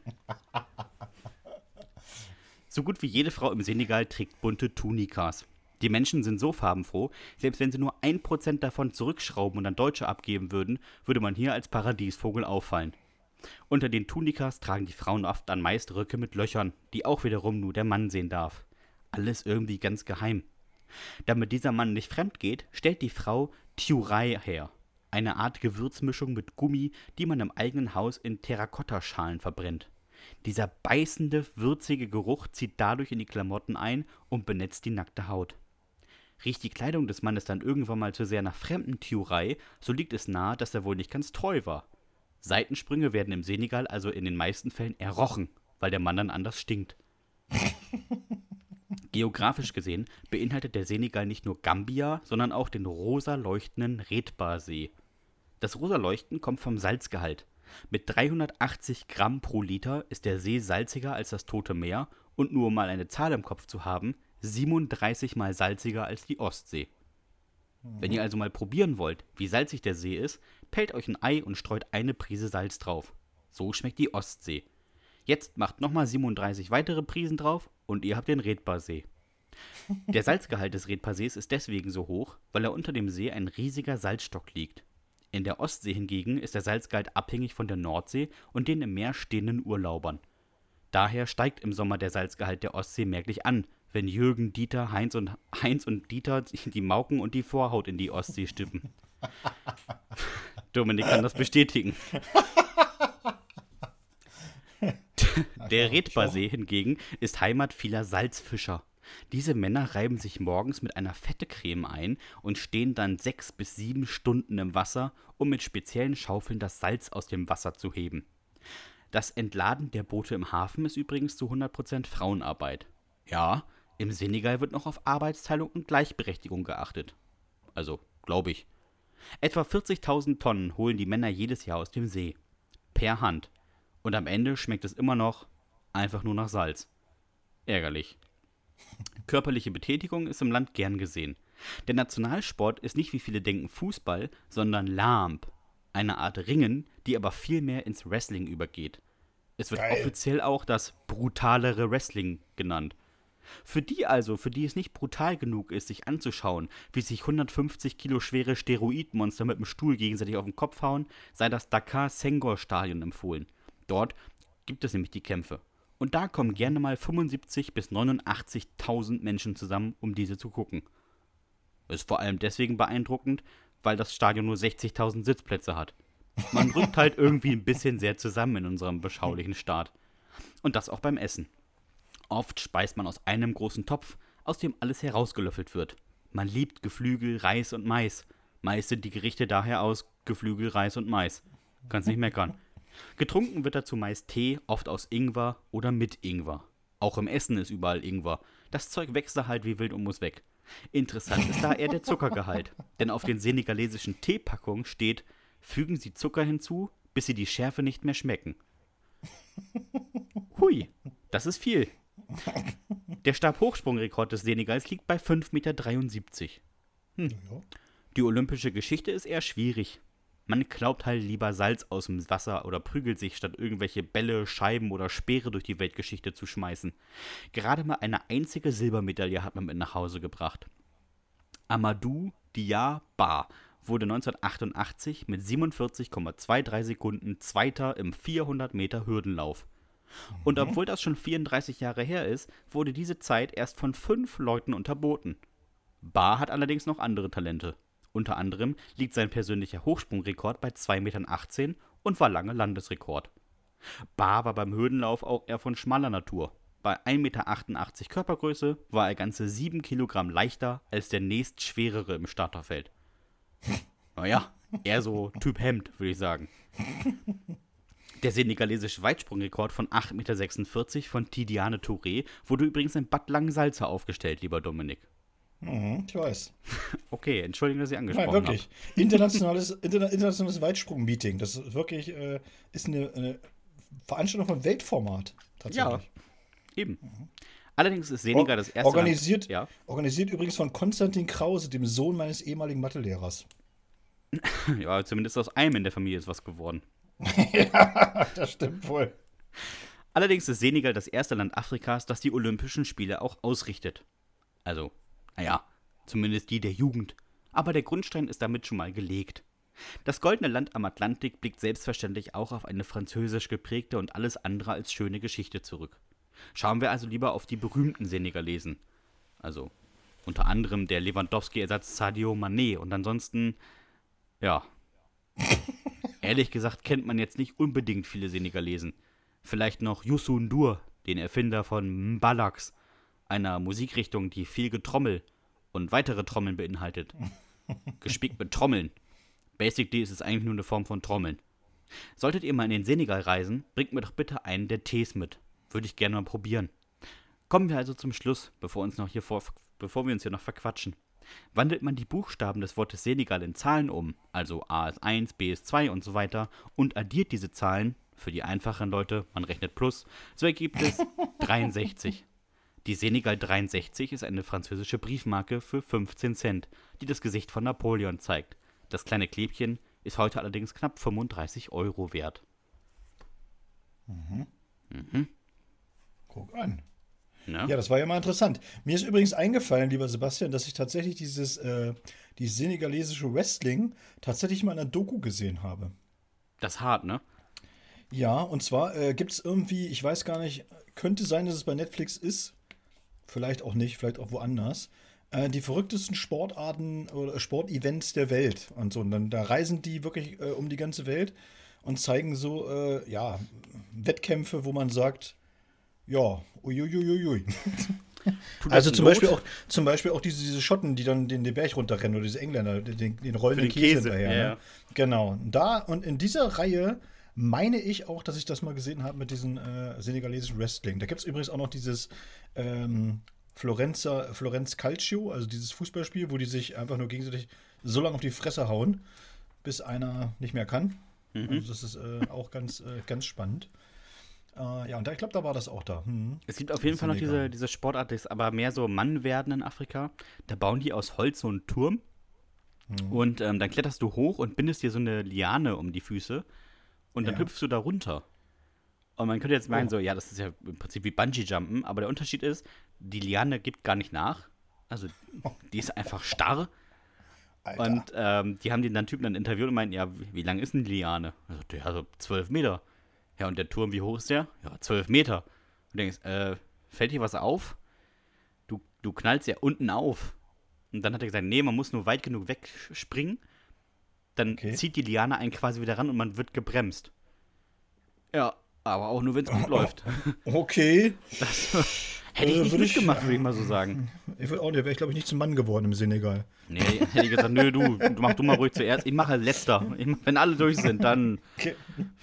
So gut wie jede Frau im Senegal trägt bunte Tunikas. Die Menschen sind so farbenfroh, selbst wenn sie nur 1% davon zurückschrauben und an Deutsche abgeben würden, würde man hier als Paradiesvogel auffallen. Unter den Tunikas tragen die Frauen oft dann meist Röcke mit Löchern, die auch wiederum nur der Mann sehen darf. Alles irgendwie ganz geheim. Damit dieser Mann nicht fremd geht, stellt die Frau Tiurei her. Eine Art Gewürzmischung mit Gummi, die man im eigenen Haus in Terrakottaschalen verbrennt. Dieser beißende, würzige Geruch zieht dadurch in die Klamotten ein und benetzt die nackte Haut. Riecht die Kleidung des Mannes dann irgendwann mal zu sehr nach fremden Tiurei, so liegt es nahe, dass er wohl nicht ganz treu war. Seitensprünge werden im Senegal also in den meisten Fällen errochen, weil der Mann dann anders stinkt. Geografisch gesehen beinhaltet der Senegal nicht nur Gambia, sondern auch den rosa leuchtenden Redbar-See. Das rosa Leuchten kommt vom Salzgehalt. Mit 380 Gramm pro Liter ist der See salziger als das Tote Meer und nur um mal eine Zahl im Kopf zu haben, 37 mal salziger als die Ostsee. Wenn ihr also mal probieren wollt, wie salzig der See ist, pellt euch ein Ei und streut eine Prise Salz drauf. So schmeckt die Ostsee. Jetzt macht nochmal 37 weitere Prisen drauf und ihr habt den Redbar-See. Der Salzgehalt des Redbar-Sees ist deswegen so hoch, weil er unter dem See ein riesiger Salzstock liegt. In der Ostsee hingegen ist der Salzgehalt abhängig von der Nordsee und den im Meer stehenden Urlaubern. Daher steigt im Sommer der Salzgehalt der Ostsee merklich an, wenn Jürgen, Dieter, Heinz und Dieter die Mauken und die Vorhaut in die Ostsee stippen. Dominik kann das bestätigen. Der Redbar-See hingegen ist Heimat vieler Salzfischer. Diese Männer reiben sich morgens mit einer Fettecreme ein und stehen dann 6 bis 7 Stunden im Wasser, um mit speziellen Schaufeln das Salz aus dem Wasser zu heben. Das Entladen der Boote im Hafen ist übrigens zu 100% Frauenarbeit. Ja, im Senegal wird noch auf Arbeitsteilung und Gleichberechtigung geachtet. Also, glaube ich. Etwa 40.000 Tonnen holen die Männer jedes Jahr aus dem See. Per Hand. Und am Ende schmeckt es immer noch einfach nur nach Salz. Ärgerlich. Körperliche Betätigung ist im Land gern gesehen. Der Nationalsport ist nicht, wie viele denken, Fußball, sondern Lamb. Eine Art Ringen, die aber viel mehr ins Wrestling übergeht. Es wird offiziell auch das brutalere Wrestling genannt. Für die es nicht brutal genug ist, sich anzuschauen, wie sich 150 Kilo schwere Steroidmonster mit dem Stuhl gegenseitig auf den Kopf hauen, sei das Dakar-Senghor-Stadion empfohlen. Dort gibt es nämlich die Kämpfe. Und da kommen gerne mal 75.000 bis 89.000 Menschen zusammen, um diese zu gucken. Ist vor allem deswegen beeindruckend, weil das Stadion nur 60.000 Sitzplätze hat. Man rückt halt irgendwie ein bisschen sehr zusammen in unserem beschaulichen Staat. Und das auch beim Essen. Oft speist man aus einem großen Topf, aus dem alles herausgelöffelt wird. Man liebt Geflügel, Reis und Mais. Meist sind die Gerichte daher aus Geflügel, Reis und Mais. Kannst nicht meckern. Getrunken wird dazu meist Tee, oft aus Ingwer oder mit Ingwer. Auch im Essen ist überall Ingwer. Das Zeug wächst da halt wie wild und muss weg. Interessant ist da eher der Zuckergehalt. Denn auf den senegalesischen Teepackungen steht, fügen Sie Zucker hinzu, bis Sie die Schärfe nicht mehr schmecken. Hui, das ist viel. Der Stabhochsprungrekord des Senegals liegt bei 5,73 Meter. Die olympische Geschichte ist eher schwierig. Man klaubt halt lieber Salz aus dem Wasser oder prügelt sich, statt irgendwelche Bälle, Scheiben oder Speere durch die Weltgeschichte zu schmeißen. Gerade mal eine einzige Silbermedaille hat man mit nach Hause gebracht. Amadou Dia-Ba wurde 1988 mit 47,23 Sekunden Zweiter im 400 Meter Hürdenlauf. Und obwohl das schon 34 Jahre her ist, wurde diese Zeit erst von 5 Leuten unterboten. Ba hat allerdings noch andere Talente. Unter anderem liegt sein persönlicher Hochsprungrekord bei 2,18 Metern und war lange Landesrekord. Ba war beim Hürdenlauf auch eher von schmaler Natur. Bei 1,88 Meter Körpergröße war er ganze 7 Kilogramm leichter als der nächstschwerere im Starterfeld. Naja, eher so Typ Hemd, würde ich sagen. Der senegalesische Weitsprungrekord von 8,46 Meter von Tidiane Touré wurde übrigens in Bad Langensalza aufgestellt, lieber Dominik. Ich weiß. Okay, Entschuldigung, dass ich angesprochen habe. Nein, wirklich. Internationales Weitsprung-Meeting. Das ist wirklich ist eine Veranstaltung von Weltformat. Tatsächlich. Ja, eben. Allerdings ist Senegal das erste Organisiert übrigens von Konstantin Krause, dem Sohn meines ehemaligen Mathelehrers. Ja, zumindest aus einem in der Familie ist was geworden. Ja, das stimmt wohl. Allerdings ist Senegal das erste Land Afrikas, das die Olympischen Spiele auch ausrichtet. Also, naja, zumindest die der Jugend. Aber der Grundstein ist damit schon mal gelegt. Das goldene Land am Atlantik blickt selbstverständlich auch auf eine französisch geprägte und alles andere als schöne Geschichte zurück. Schauen wir also lieber auf die berühmten Senegalesen. Also unter anderem der Lewandowski-Ersatz Sadio Mané und ansonsten, ja, ehrlich gesagt kennt man jetzt nicht unbedingt viele Senegalesen. Vielleicht noch Youssou N'Dour, den Erfinder von Mbalax, einer Musikrichtung, die viel Getrommel und weitere Trommeln beinhaltet. Gespickt mit Trommeln. Basically ist es eigentlich nur eine Form von Trommeln. Solltet ihr mal in den Senegal reisen, bringt mir doch bitte einen der Tees mit. Würde ich gerne mal probieren. Kommen wir also zum Schluss, bevor wir uns hier noch verquatschen. Wandelt man die Buchstaben des Wortes Senegal in Zahlen um, also A ist 1, B ist 2 und so weiter, und addiert diese Zahlen, für die einfachen Leute, man rechnet plus, so ergibt es 63. Die Senegal 63 ist eine französische Briefmarke für 15 Cent, die das Gesicht von Napoleon zeigt. Das kleine Klebchen ist heute allerdings knapp 35 Euro wert. Guck an. Ja? Ja, das war ja mal interessant. Mir ist übrigens eingefallen, lieber Sebastian, dass ich tatsächlich dieses senegalesische Wrestling tatsächlich mal in einer Doku gesehen habe. Das ist hart, ne? Ja, und zwar gibt es irgendwie, ich weiß gar nicht, könnte sein, dass es bei Netflix ist. Vielleicht auch nicht, vielleicht auch woanders. Die verrücktesten Sportarten oder Sportevents der Welt und so. Und dann da reisen die wirklich um die ganze Welt und zeigen so, Wettkämpfe, wo man sagt, ja, uiuiuiui. Also zum Beispiel auch diese Schotten, die dann den Berg runterrennen oder diese Engländer, den rollenden Käse hinterher. Ja. Ne? Genau. Da und in dieser Reihe meine ich auch, dass ich das mal gesehen habe mit diesem senegalesischen Wrestling. Da gibt es übrigens auch noch dieses Florenz Calcio, also dieses Fußballspiel, wo die sich einfach nur gegenseitig so lange auf die Fresse hauen, bis einer nicht mehr kann. Also das ist auch ganz spannend. Und ich glaube, da war das auch da. Es gibt auf jeden Fall noch diese Sportart, das ist aber mehr so Mann werden in Afrika. Da bauen die aus Holz so einen Turm und dann kletterst du hoch und bindest dir so eine Liane um die Füße und dann hüpfst du da runter. Und man könnte jetzt meinen, das ist ja im Prinzip wie Bungee-Jumpen, aber der Unterschied ist, die Liane gibt gar nicht nach. Also die ist einfach starr. Alter. Und die haben den Typen dann interviewt und meinten, ja, wie lang ist denn die Liane? Also, ja, so 12 Meter. Ja, und der Turm, wie hoch ist der? Ja, 12 Meter. Und du denkst, fällt dir was auf? Du knallst ja unten auf. Und dann hat er gesagt, nee, man muss nur weit genug wegspringen. Dann zieht die Liane einen quasi wieder ran und man wird gebremst. Ja, aber auch nur, wenn es gut läuft. Okay. Das hätte ich nicht mitgemacht, würde ich mal so sagen. Ich würde auch nicht, wäre ich glaube ich nicht zum Mann geworden im Senegal. Nee, hätte ich gesagt, nö, du mach du mal ruhig zuerst. Ich mache letzter. Wenn alle durch sind, dann. Okay.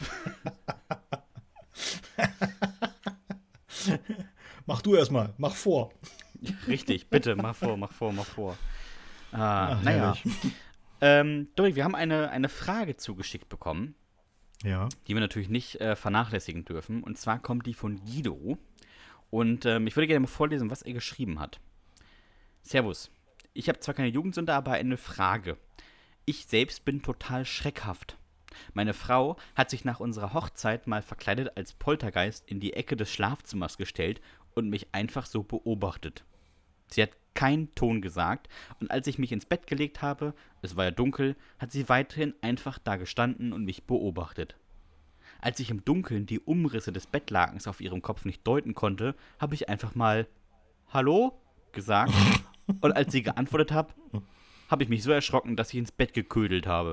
Mach du erstmal, mach vor. Richtig, bitte, mach vor. Naja. Dominik, wir haben eine Frage zugeschickt bekommen. Ja. Die wir natürlich nicht vernachlässigen dürfen. Und zwar kommt die von Guido. Und ich würde gerne mal vorlesen, was er geschrieben hat. Servus. Ich habe zwar keine Jugendsünde, aber eine Frage. Ich selbst bin total schreckhaft. Meine Frau hat sich nach unserer Hochzeit mal verkleidet als Poltergeist in die Ecke des Schlafzimmers gestellt und mich einfach so beobachtet. Sie hat keinen Ton gesagt und als ich mich ins Bett gelegt habe, es war ja dunkel, hat sie weiterhin einfach da gestanden und mich beobachtet. Als ich im Dunkeln die Umrisse des Bettlakens auf ihrem Kopf nicht deuten konnte, habe ich einfach mal »Hallo?« gesagt und als sie geantwortet hat, habe ich mich so erschrocken, dass ich ins Bett geködelt habe.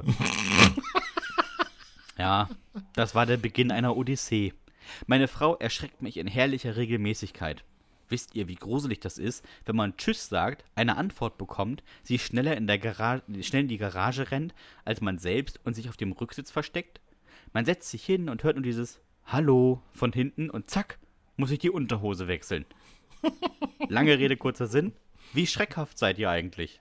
Ja, das war der Beginn einer Odyssee. Meine Frau erschreckt mich in herrlicher Regelmäßigkeit. Wisst ihr, wie gruselig das ist, wenn man Tschüss sagt, eine Antwort bekommt, sie schnell in die Garage rennt, als man selbst und sich auf dem Rücksitz versteckt? Man setzt sich hin und hört nur dieses Hallo von hinten und zack, muss ich die Unterhose wechseln. Lange Rede, kurzer Sinn. Wie schreckhaft seid ihr eigentlich?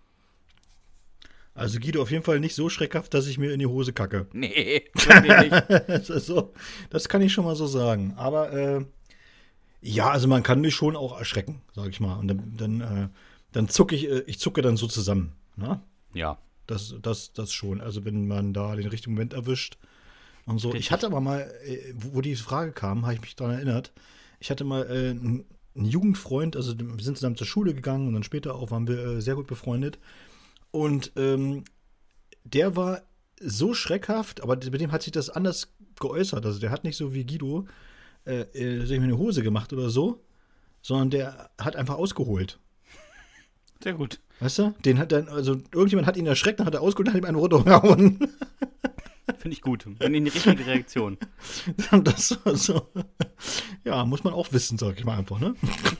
Also Guido, auf jeden Fall nicht so schreckhaft, dass ich mir in die Hose kacke. Nee, nicht. Das kann ich schon mal so sagen. Aber ja, also man kann mich schon auch erschrecken, sag ich mal. Und dann zucke ich zucke dann so zusammen. Ne? Ja. Das schon. Also wenn man da den richtigen Moment erwischt und so. Richtig. Ich hatte aber mal, wo die Frage kam, habe ich mich daran erinnert, ich hatte mal einen Jugendfreund, also wir sind zusammen zur Schule gegangen und dann später auch waren wir sehr gut befreundet. Und der war so schreckhaft, aber mit dem hat sich das anders geäußert. Also der hat nicht so wie Guido sich eine Hose gemacht oder so, sondern der hat einfach ausgeholt. Sehr gut. Weißt du? Den hat dann, also irgendjemand hat ihn erschreckt, dann hat er ausgeholt und hat ihm einen runtergehauen. Finde ich gut. Finde ich eine richtige Reaktion. Das war so. Ja, muss man auch wissen, sag ich mal einfach, ne?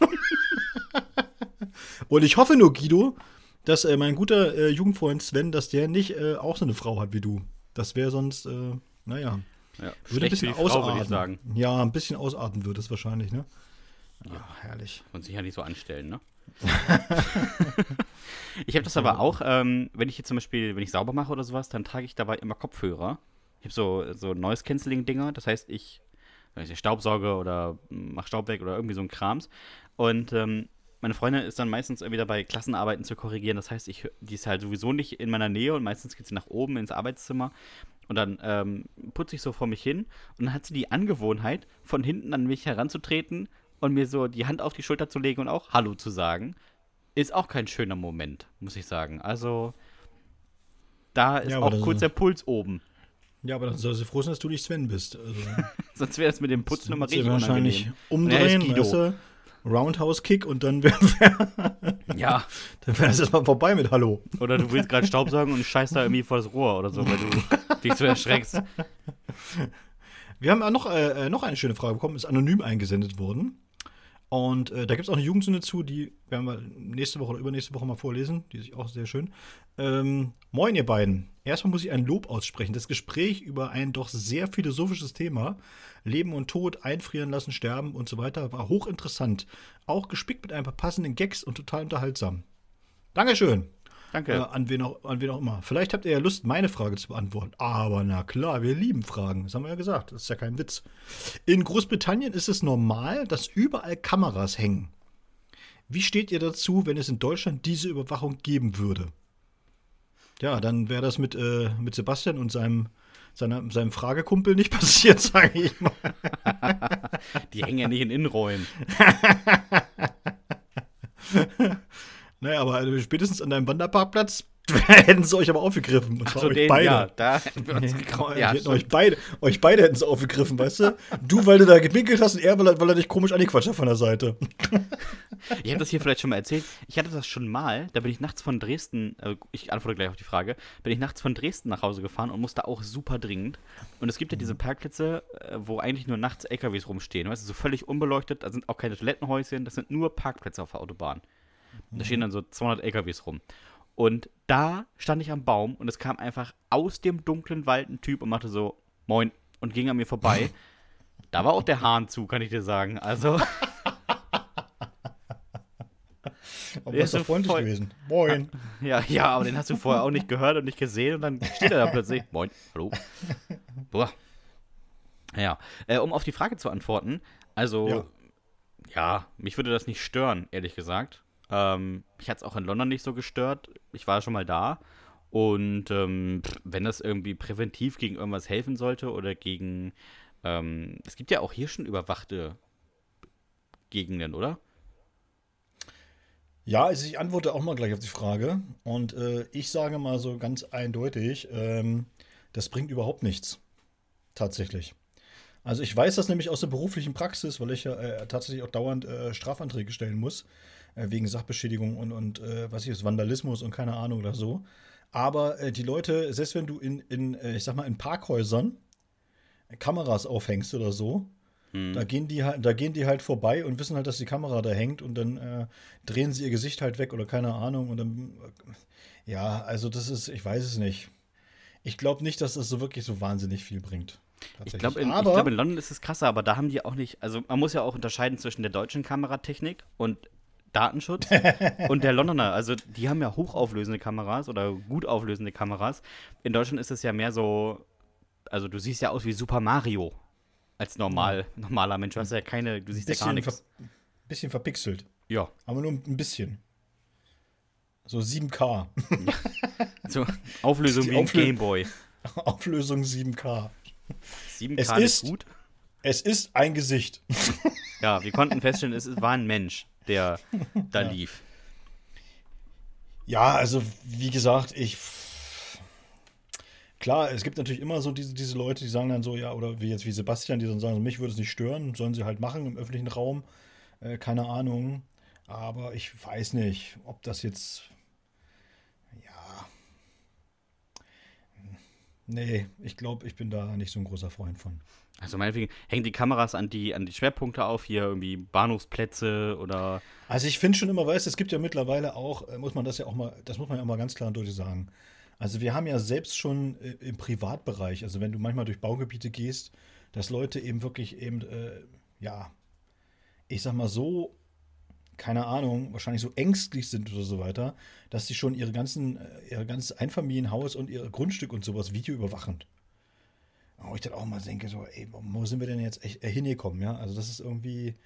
Und ich hoffe nur, Guido, dass mein guter Jugendfreund Sven, dass der nicht auch so eine Frau hat wie du. Das wäre sonst, naja. Ja, würde ein bisschen für die Frau, würde ich ausarten. sagen. Ja, ein bisschen ausarten würde es wahrscheinlich, ne? Ja, herrlich. Und sich ja nicht so anstellen, ne? Ich habe das aber auch, wenn ich jetzt zum Beispiel, wenn ich sauber mache oder sowas, dann trage ich dabei immer Kopfhörer. Ich habe so Noise-Canceling-Dinger, das heißt, wenn ich staubsauge oder mache Staub weg oder irgendwie so ein Krams. Und meine Freundin ist dann meistens irgendwie dabei, Klassenarbeiten zu korrigieren. Das heißt, die ist halt sowieso nicht in meiner Nähe und meistens geht sie nach oben ins Arbeitszimmer. Und dann putze ich so vor mich hin und dann hat sie die Angewohnheit, von hinten an mich heranzutreten und mir so die Hand auf die Schulter zu legen und auch Hallo zu sagen. Ist auch kein schöner Moment, muss ich sagen. Also, da ist Ja, auch kurz der Puls oben. Ja, aber dann soll sie froh sein, dass du nicht Sven bist. Also, Sonst wäre das mit dem Putzen nochmal richtig wahrscheinlich unangenehm. umdrehen, Guido. weißt du? Roundhouse-Kick und dann wäre Ja. dann wär das erstmal vorbei mit Hallo. Oder du willst gerade Staubsaugen und scheißt da irgendwie vor das Rohr oder so, weil du dich so erschreckst. Wir haben noch eine schöne Frage bekommen, ist anonym eingesendet worden. Und da gibt es auch eine Jugendsünde zu, die werden wir nächste Woche oder übernächste Woche mal vorlesen. Die ist auch sehr schön. Moin, ihr beiden. Erstmal muss ich ein Lob aussprechen. Das Gespräch über ein doch sehr philosophisches Thema, Leben und Tod, einfrieren lassen, sterben und so weiter, war hochinteressant. Auch gespickt mit ein paar passenden Gags und total unterhaltsam. Dankeschön. Danke. An wen auch immer. Vielleicht habt ihr ja Lust, meine Frage zu beantworten. Aber na klar, wir lieben Fragen. Das haben wir ja gesagt. Das ist ja kein Witz. In Großbritannien ist es normal, dass überall Kameras hängen. Wie steht ihr dazu, wenn es in Deutschland diese Überwachung geben würde? Ja, dann wäre das mit Sebastian und seinem Fragekumpel nicht passiert, sage ich mal. Die hängen ja nicht in Innenräumen. Naja, aber spätestens an deinem Wanderparkplatz hätten sie euch aber aufgegriffen. Und zwar So, euch beide. Ja, da hätten wir uns Ja, euch beide hätten sie aufgegriffen, weißt du? Du, weil du da gepinkelt hast und er, weil er dich komisch angequatscht hat von der Seite. Ich habe das hier vielleicht schon mal erzählt. Ich hatte das schon mal, da bin ich nachts von Dresden, ich antworte gleich auf die Frage, bin ich nachts von Dresden nach Hause gefahren und musste auch super dringend. Und es gibt ja diese Parkplätze, wo eigentlich nur nachts LKWs rumstehen, weißt du, so völlig unbeleuchtet, da sind auch keine Toilettenhäuschen, das sind nur Parkplätze auf der Autobahn. Und da stehen dann so 200 LKWs rum. Und da stand ich am Baum und es kam einfach aus dem dunklen Wald ein Typ und machte so, moin, und ging an mir vorbei. Da war auch der Hahn zu, kann ich dir sagen. Also. Aber du bist doch freundlich gewesen. Moin. Ja, aber den hast du vorher auch nicht gehört und nicht gesehen und dann steht er da plötzlich. Moin, hallo. Boah. Ja, um auf die Frage zu antworten, also, ja, mich würde das nicht stören, ehrlich gesagt. Mich hat es auch in London nicht so gestört. Ich war schon mal da. Und wenn das irgendwie präventiv gegen irgendwas helfen sollte oder gegen. Es gibt ja auch hier schon überwachte Gegenden, oder? Ja, also ich antworte auch mal gleich auf die Frage. Und ich sage mal so ganz eindeutig, das bringt überhaupt nichts. Tatsächlich. Also ich weiß das nämlich aus der beruflichen Praxis, weil ich ja tatsächlich auch dauernd Strafanträge stellen muss. Wegen Sachbeschädigung und was ist, Vandalismus und keine Ahnung oder so. Aber die Leute, selbst wenn du ich sag mal, in Parkhäusern Kameras aufhängst oder so, da gehen die halt vorbei und wissen halt, dass die Kamera da hängt und dann drehen sie ihr Gesicht halt weg oder keine Ahnung und dann, ja, also das ist, ich weiß es nicht. Ich glaube nicht, dass das so wirklich so wahnsinnig viel bringt. Ich glaube, in London ist es krasser, aber da haben die auch nicht, also man muss ja auch unterscheiden zwischen der deutschen Kameratechnik und Datenschutz und der Londoner. Also die haben ja hochauflösende Kameras oder gut auflösende Kameras. In Deutschland ist es ja mehr so, also du siehst ja aus wie Super Mario als normaler Mensch. Du hast ja du siehst ja gar nichts. Bisschen verpixelt. Ja. Aber nur ein bisschen. So 7K. So Auflösung wie ein Gameboy. Auflösung 7K. 7K ist gut? Es ist ein Gesicht. Ja, wir konnten feststellen, es war ein Mensch, der da lief. klar, es gibt natürlich immer so diese Leute, die sagen dann so, ja, oder wie Sebastian, die dann sagen, mich würde es nicht stören, sollen sie halt machen im öffentlichen Raum. Keine Ahnung. Aber ich weiß nicht, ob das jetzt, ja, nee, ich glaube, ich bin da nicht so ein großer Freund von. Also meinetwegen hängen die Kameras an die Schwerpunkte auf, hier irgendwie Bahnhofsplätze oder. Also ich finde schon immer, weißt du, es gibt ja mittlerweile auch, das muss man ja auch mal ganz klar und deutlich sagen. Also wir haben ja selbst schon im Privatbereich, also wenn du manchmal durch Baugebiete gehst, dass Leute eben wirklich eben, ja, ich sag mal so, keine Ahnung, wahrscheinlich so ängstlich sind oder so weiter, dass sie schon ihr ganzes Einfamilienhaus und ihr Grundstück und sowas Video überwachen. Wo ich dann auch mal denke, so, ey, wo sind wir denn jetzt echt hingekommen, ja? Also das ist irgendwie,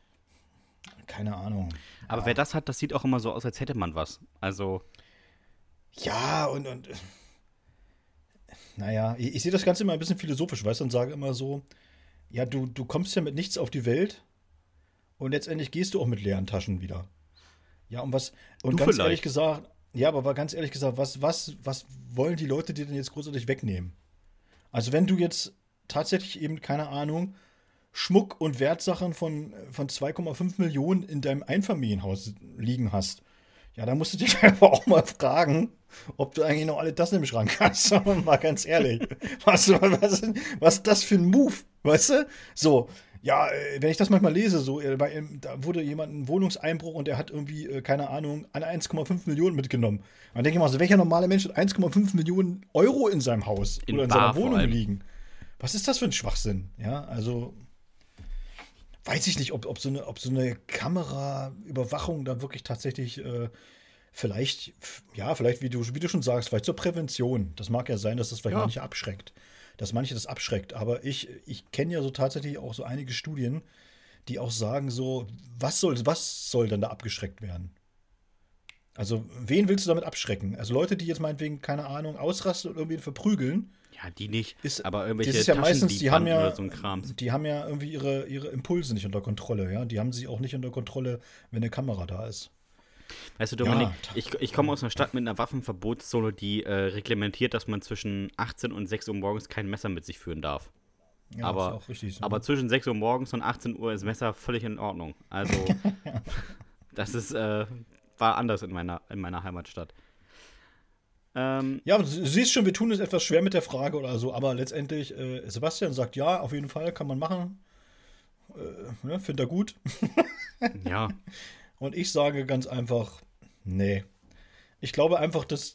keine Ahnung. Aber Ja. wer das hat, das sieht auch immer so aus, als hätte man was. Also, Ja, und naja, ich sehe das Ganze immer ein bisschen philosophisch, weißt du, und sage immer so, ja, du kommst ja mit nichts auf die Welt und letztendlich gehst du auch mit leeren Taschen wieder. Ja, und du ganz vielleicht. ehrlich gesagt, ja, aber ganz ehrlich gesagt, was wollen die Leute dir denn jetzt großartig wegnehmen? Also wenn du jetzt tatsächlich eben, keine Ahnung, Schmuck und Wertsachen von 2,5 Millionen in deinem Einfamilienhaus liegen hast, ja, dann musst du dich einfach auch mal fragen, ob du eigentlich noch alle Tassen im Schrank hast. Mal ganz ehrlich. Was ist das für ein Move? Weißt du? So, ja, wenn ich das manchmal lese, so, da wurde jemand ein Wohnungseinbruch und er hat irgendwie, keine Ahnung, eine 1,5 Millionen mitgenommen. Dann denke ich mal so, welcher normale Mensch hat 1,5 Millionen Euro in seinem Haus In oder in bar seiner vor Wohnung allem. liegen? Was ist das für ein Schwachsinn? Ja, also weiß ich nicht, ob so eine Kameraüberwachung da wirklich tatsächlich vielleicht, ja, vielleicht, wie du schon sagst, vielleicht zur Prävention. Das mag ja sein, dass das vielleicht Ja. manche abschreckt. Dass manche das abschreckt. Aber ich kenne ja so tatsächlich auch so einige Studien, die auch sagen, so, was soll denn da abgeschreckt werden? Also, wen willst du damit abschrecken? Also Leute, die jetzt meinetwegen, keine Ahnung, ausrasten und irgendwie verprügeln, Ja, die nicht. ist, Aber das irgendwelche ist ja meistens, Taschendiebanden oder so ein Krams. die haben ja irgendwie ihre Impulse nicht unter Kontrolle, ja. Die haben sie auch nicht unter Kontrolle, wenn eine Kamera da ist. Weißt du, Dominik, Ja, ich komme aus einer Stadt mit einer Waffenverbotszone, die reglementiert, dass man zwischen 18 und 6 Uhr morgens kein Messer mit sich führen darf. ja, Aber, ist auch richtig so. aber zwischen 6 Uhr morgens und 18 Uhr ist Messer völlig in Ordnung. Also, das war anders in meiner Heimatstadt. Ja, aber du siehst schon, wir tun es etwas schwer mit der Frage oder so, aber letztendlich, Sebastian sagt ja, auf jeden Fall, kann man machen. Ne, findet er gut. Ja, Und ich sage ganz einfach, nee. Ich glaube einfach, dass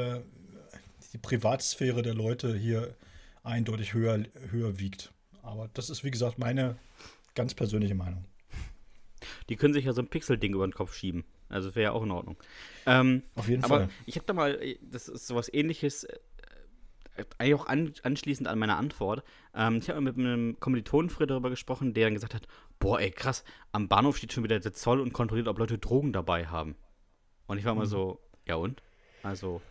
die Privatsphäre der Leute hier eindeutig höher wiegt. Aber das ist, wie gesagt, meine ganz persönliche Meinung. die können sich ja so ein Pixel-Ding über den Kopf schieben. Also wäre ja auch in Ordnung. Auf jeden Aber Fall. ich habe da mal, das ist sowas ähnliches, eigentlich auch anschließend an meine Antwort. Ich habe mit einem Kommilitonen früher darüber gesprochen, der dann gesagt hat, boah, ey, krass, am Bahnhof steht schon wieder der Zoll und kontrolliert, ob Leute Drogen dabei haben. Und ich war immer so, ja und? Also,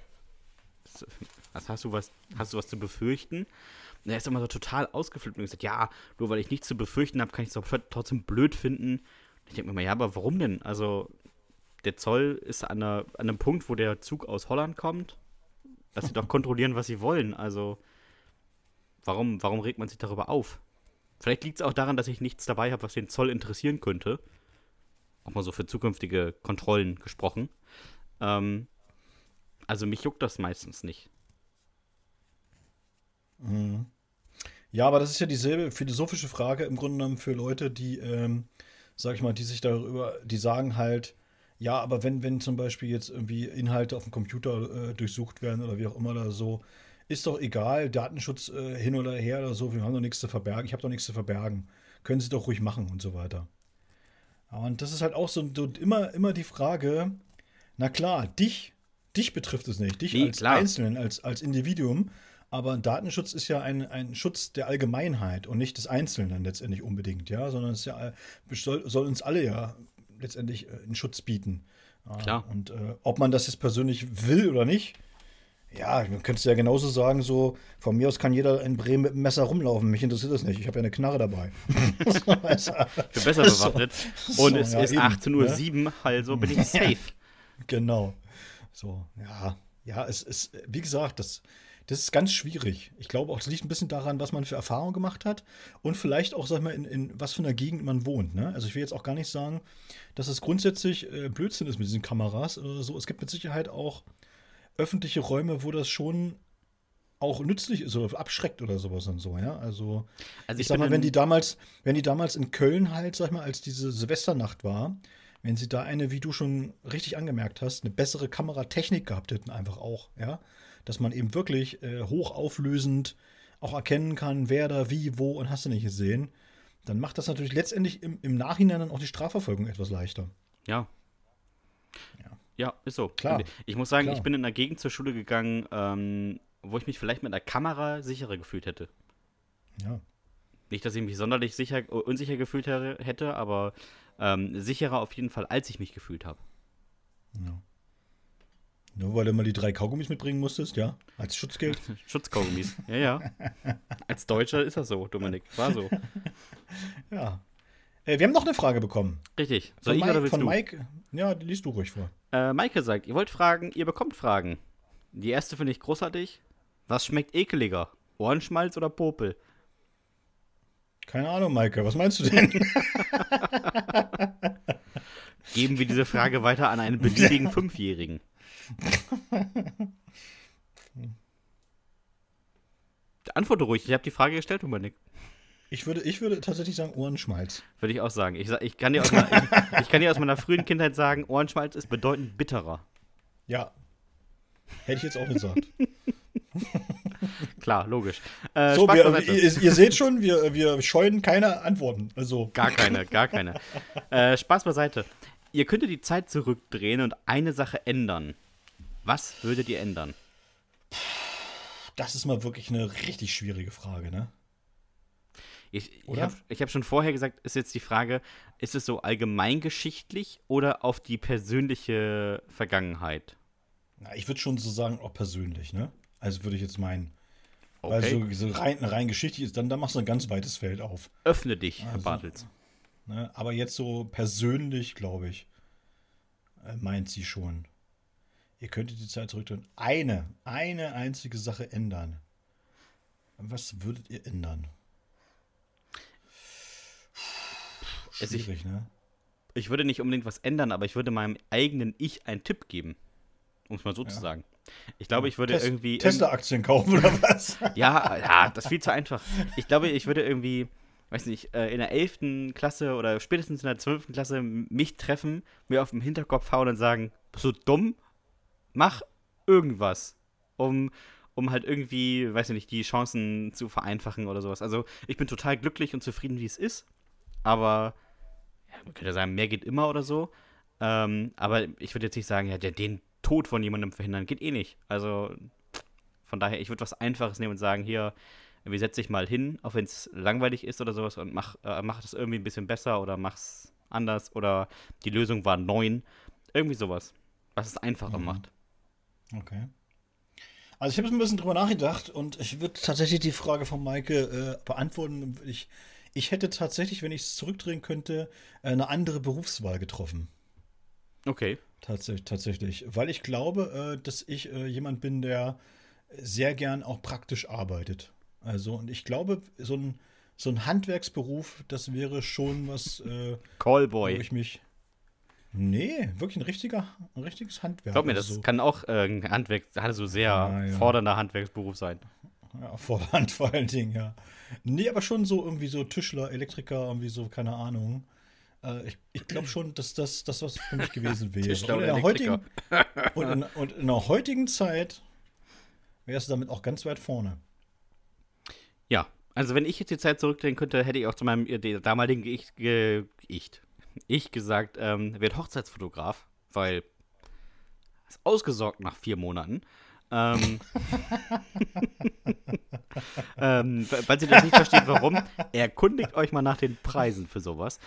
hast du was zu befürchten? Und er ist immer so total ausgeflippt und gesagt, ja, nur weil ich nichts zu befürchten habe, kann ich es trotzdem blöd finden. Und ich denke mir mal, ja, aber warum denn? Also, der Zoll ist an einem Punkt, wo der Zug aus Holland kommt. Dass sie doch kontrollieren, was sie wollen. Also, warum regt man sich darüber auf? Vielleicht liegt es auch daran, dass ich nichts dabei habe, was den Zoll interessieren könnte. Auch mal so für zukünftige Kontrollen gesprochen. Also, mich juckt das meistens nicht. Ja, aber das ist ja dieselbe philosophische Frage im Grunde genommen für Leute, die, sag ich mal, die sagen halt, ja, aber wenn zum Beispiel jetzt irgendwie Inhalte auf dem Computer durchsucht werden oder wie auch immer oder so, ist doch egal, Datenschutz hin oder her oder so, wir haben doch nichts zu verbergen, ich habe doch nichts zu verbergen. Können Sie doch ruhig machen und so weiter. Und das ist halt auch so immer die Frage, na klar, dich betrifft es nicht, dich Nee, als klar. Einzelnen, als Individuum, aber ein Datenschutz ist ja ein Schutz der Allgemeinheit und nicht des Einzelnen letztendlich unbedingt, ja, sondern es ist ja, soll uns alle ja letztendlich einen Schutz bieten. Klar. Und ob man das jetzt persönlich will oder nicht, ja, man könnte es ja genauso sagen, so, von mir aus kann jeder in Bremen mit einem Messer rumlaufen, mich interessiert das nicht, ich habe ja eine Knarre dabei. Weißt du? Ich bin besser So. bewaffnet. Und So, es ja, ist eben, 18:07 Uhr, also bin ich safe. Genau. So, ja, es ist, wie gesagt, Das ist ganz schwierig. Ich glaube auch, das liegt ein bisschen daran, was man für Erfahrungen gemacht hat und vielleicht auch, sag ich mal, in was für einer Gegend man wohnt. Ne? Also ich will jetzt auch gar nicht sagen, dass es grundsätzlich Blödsinn ist mit diesen Kameras oder so. Es gibt mit Sicherheit auch öffentliche Räume, wo das schon auch nützlich ist oder abschreckt oder sowas und so, ja. Also Also ich ich sag bin mal, in, wenn die damals in Köln halt, sag ich mal, als diese Silvesternacht war, wenn sie da eine, wie du schon richtig angemerkt hast, eine bessere Kameratechnik gehabt hätten, einfach auch, ja, dass man eben wirklich hochauflösend auch erkennen kann, wer da wie, wo und hast du nicht gesehen, dann macht das natürlich letztendlich im Nachhinein dann auch die Strafverfolgung etwas leichter. ja, Ja, ja, ist so. klar, Und ich muss sagen, ich klar. bin in einer Gegend zur Schule gegangen, wo ich mich vielleicht mit einer Kamera sicherer gefühlt hätte. Ja. Nicht, dass ich mich sonderlich unsicher gefühlt hätte, aber sicherer auf jeden Fall, als ich mich gefühlt habe. Ja. Nur weil du mal die 3 Kaugummis mitbringen musstest, ja, als Schutzgeld. Schutzkaugummis. Ja, ja. Als Deutscher ist das so, Dominik. War so. Ja. Wir haben noch eine Frage bekommen. Richtig. Soll ich oder willst Von du? Mike. Ja, die liest du ruhig vor. Maike sagt, ihr wollt Fragen, ihr bekommt Fragen. Die erste finde ich großartig. Was schmeckt ekeliger? Ohrenschmalz oder Popel? Keine Ahnung, Maike, was meinst du denn? Geben wir diese Frage weiter an einen beliebigen Fünfjährigen. Antworte ruhig, ich habe die Frage gestellt, Dominik. Ich würde tatsächlich sagen Ohrenschmalz. Würde ich auch sagen. Ich kann dir aus meiner frühen Kindheit sagen, Ohrenschmalz ist bedeutend bitterer. Ja. Hätte ich jetzt auch gesagt. Klar, logisch. So, Spaß beiseite. ihr seht schon, wir scheuen keine Antworten. Also. Gar keine, gar keine. Spaß beiseite. Ihr könntet die Zeit zurückdrehen und eine Sache ändern. Was würdet ihr ändern? Das ist mal wirklich eine richtig schwierige Frage, ne? Ich Oder? hab schon vorher gesagt, ist jetzt die Frage, ist es so allgemeingeschichtlich oder auf die persönliche Vergangenheit? Na, ich würde schon so sagen, auch persönlich, ne? Also würde ich jetzt meinen. Weil Okay. so rein geschichtlich ist, dann machst du ein ganz weites Feld auf. Öffne dich, Herr Also, Bartels. Ne? Aber jetzt so persönlich, glaube ich, meint sie schon. Ihr könntet die Zeit zurückdrehen. Eine einzige Sache ändern. Was würdet ihr ändern? Also Schwierig, ne? Ich würde nicht unbedingt was ändern, aber ich würde meinem eigenen Ich einen Tipp geben. Um es mal so zu sagen. Ich glaube, ich würde irgendwie. Tesla-Aktien kaufen oder was? Ja, das ist viel zu einfach. Ich glaube, ich würde irgendwie, weiß nicht, in der 11. Klasse oder spätestens in der 12. Klasse mich treffen, mir auf den Hinterkopf hauen und sagen, bist du dumm? Mach irgendwas, um halt irgendwie, weiß ich nicht, die Chancen zu vereinfachen oder sowas. Also ich bin total glücklich und zufrieden, wie es ist, aber ja, man könnte sagen, mehr geht immer oder so. Aber ich würde jetzt nicht sagen, ja, den Tod von jemandem verhindern, geht eh nicht. Also von daher, ich würde was Einfaches nehmen und sagen, hier, wie setz dich mal hin, auch wenn es langweilig ist oder sowas und mach das irgendwie ein bisschen besser oder mach's anders oder die Lösung war 9. Irgendwie sowas, was es einfacher macht. Okay. Also ich habe ein bisschen drüber nachgedacht und ich würde tatsächlich die Frage von Maike beantworten. Ich hätte tatsächlich, wenn ich es zurückdrehen könnte, eine andere Berufswahl getroffen. Okay. Tatsächlich. Weil ich glaube, dass ich jemand bin, der sehr gern auch praktisch arbeitet. Also, und ich glaube, so ein Handwerksberuf, das wäre schon was, wo Callboy. ich mich. Nee, wirklich ein richtiges Handwerk. Glaub mir, Also das kann auch ein so sehr Ja. fordernder Handwerksberuf sein. Ja, Vorhand vor allen Dingen, ja. Nee, aber schon so irgendwie so Tischler, Elektriker, irgendwie so, keine Ahnung. Ich glaube schon, dass das was für mich gewesen wäre. Tischler Und und in der Elektriker. und in der heutigen Zeit wäre es damit auch ganz weit vorne. Ja, also wenn ich jetzt die Zeit zurückdrehen könnte, hätte ich auch zu meinem damaligen Ich gesagt, werd Hochzeitsfotograf, weil ist ausgesorgt nach 4 Monaten. Falls ihr das nicht versteht, warum, erkundigt euch mal nach den Preisen für sowas.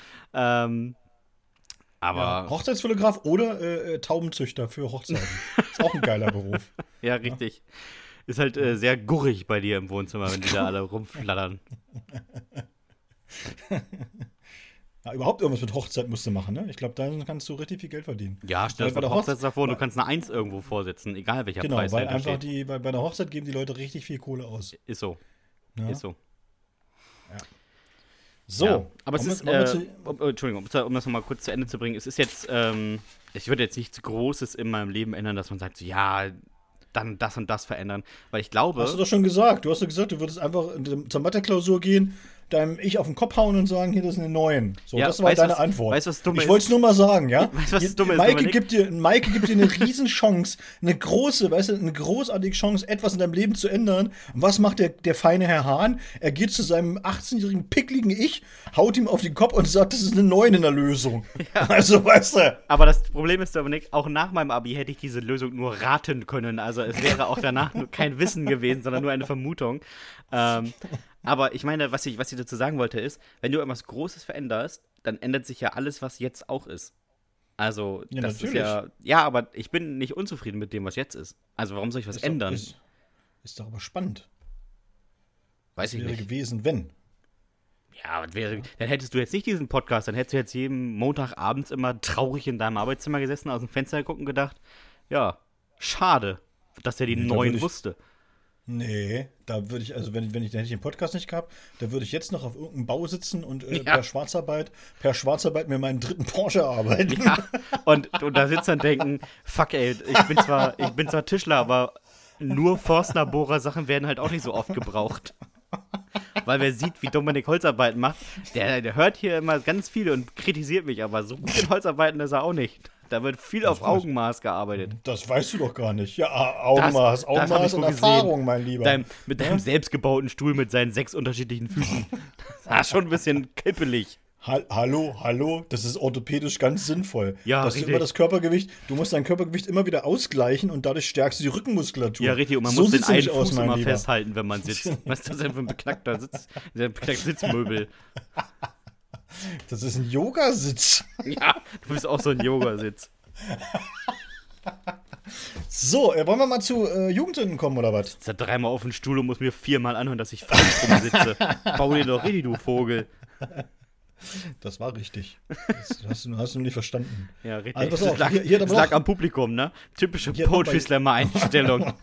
Aber Hochzeitsfotograf oder Taubenzüchter für Hochzeiten. Ist auch ein geiler Beruf. ja, richtig. Ist halt sehr gurrig bei dir im Wohnzimmer, wenn die da alle rumflattern. Ja, überhaupt irgendwas mit Hochzeit musst du machen, ne? Ich glaube, dann kannst du richtig viel Geld verdienen. Ja, stell dir Weil bei vor, der Hochzeit davor, du weil, kannst eine Eins irgendwo vorsetzen, egal welcher genau, Preis weil dahinter einfach steht. weil bei der Hochzeit geben die Leute richtig viel Kohle aus. Ist so, Ja? ist so. Ja. Ja, So, aber es ist, Entschuldigung, um das nochmal kurz zu Ende zu bringen, es ist jetzt, ich würde jetzt nichts Großes in meinem Leben ändern, dass man sagt, so, ja, dann das und das verändern, weil ich glaube, hast du doch schon gesagt. Du hast doch gesagt, du würdest einfach zur Mathe-Klausur gehen, deinem Ich auf den Kopf hauen und sagen, hier, das ist eine 9. So, Ja, das war weißt deine was- Antwort. weißt du, was dumm ich ist? wollte es nur mal sagen, ja? Weißt du, was dumm ist, Maike Dominik? gibt dir eine Riesenchance, eine große, weißt du, eine großartige Chance, etwas in deinem Leben zu ändern. Und was macht der feine Herr Hahn? Er geht zu seinem 18-jährigen pickligen Ich, haut ihm auf den Kopf und sagt, das ist eine 9 in der Lösung. Ja. Also, weißt du. aber das Problem ist, Dominik, auch nach meinem Abi hätte ich diese Lösung nur raten können, also es wäre auch danach nur kein Wissen gewesen, sondern nur eine Vermutung. Aber ich meine, was ich dazu sagen wollte ist, wenn du irgendwas Großes veränderst, dann ändert sich ja alles, was jetzt auch ist. Also, Ja, das natürlich. ist ja. Ja, aber ich bin nicht unzufrieden mit dem, was jetzt ist. Also, warum soll ich was ändern? Ist doch aber spannend. Weiß ich Wäre nicht. gewesen, wenn. Ja, dann hättest du jetzt nicht diesen Podcast, dann hättest du jetzt jeden Montagabends immer traurig in deinem Arbeitszimmer gesessen, aus dem Fenster geguckt und gedacht, ja, schade, dass er die Nee, da neuen würd ich- wusste. Nee, da würde ich, also wenn ich hätte ich den Podcast nicht gehabt, da würde ich jetzt noch auf irgendeinem Bau sitzen und Ja. per Schwarzarbeit mir meinen dritten Porsche erarbeiten. Ja, und da sitzen und denken, fuck ey, ich bin zwar Tischler, aber nur Forstner-Bohrer-Sachen werden halt auch nicht so oft gebraucht. Weil wer sieht, wie Dominik Holzarbeiten macht, der hört hier immer ganz viel und kritisiert mich, aber so gut in Holzarbeiten ist er auch nicht. Da wird viel auf Augenmaß gearbeitet. Das weißt du doch gar nicht. Ja, Augenmaß, das hab ich Augenmaß und wohl Erfahrung, gesehen. mein Lieber. Mit deinem selbstgebauten Stuhl mit seinen 6 unterschiedlichen Füßen. Das ist schon ein bisschen kippelig. Hallo, das ist orthopädisch ganz sinnvoll. Ja, dass du richtig. immer das Körpergewicht, du musst dein Körpergewicht immer wieder ausgleichen und dadurch stärkst du die Rückenmuskulatur. Ja, richtig. Und man So muss den sieht's einen nämlich aus, Fuß mein immer Lieber. festhalten, wenn man sitzt. Was ist das denn für ein beknackter Sitzmöbel? Das ist ein Yogasitz. Ja, du bist auch so ein Yogasitz. So, wollen wir mal zu Jugendsünden kommen, oder was? Sitzt da dreimal auf dem Stuhl und muss mir 4-mal anhören, dass ich falsch rumsitze. Bau dir doch richtig, du Vogel. Das war richtig. Das hast du nicht verstanden. Ja, richtig. Also pass das auf, lag, hier hat aber das lag noch- am Publikum, ne? Typische Hier hat noch Poetry Slammer-Einstellung.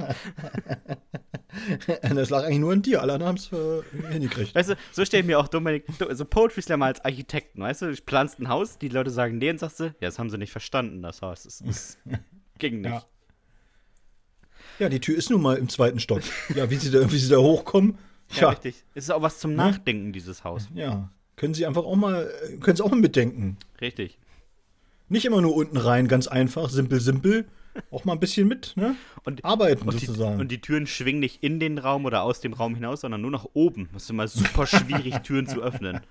Das lag eigentlich nur an dir, alle anderen haben es hingekriegt. Weißt du, so stelle ich mir auch Dominik, so Poetry Slammer als Architekten, weißt du? Du planst ein Haus, die Leute sagen nee und sagst du, ja, das haben sie nicht verstanden, das Haus. Das ging nicht. Ja. Ja, die Tür ist nun mal im 2. Stock. Ja, wie sie da hochkommen. Ja, Ja, richtig. Es ist auch was zum Nachdenken, dieses Haus. ja. Können Sie einfach auch mal, können Sie auch mal mitdenken. Richtig. Nicht immer nur unten rein, ganz einfach, simpel. Auch mal ein bisschen mit, ne? Und, Arbeiten und sozusagen. die Türen schwingen nicht in den Raum oder aus dem Raum hinaus, sondern nur nach oben. Das ist immer super schwierig, Türen zu öffnen.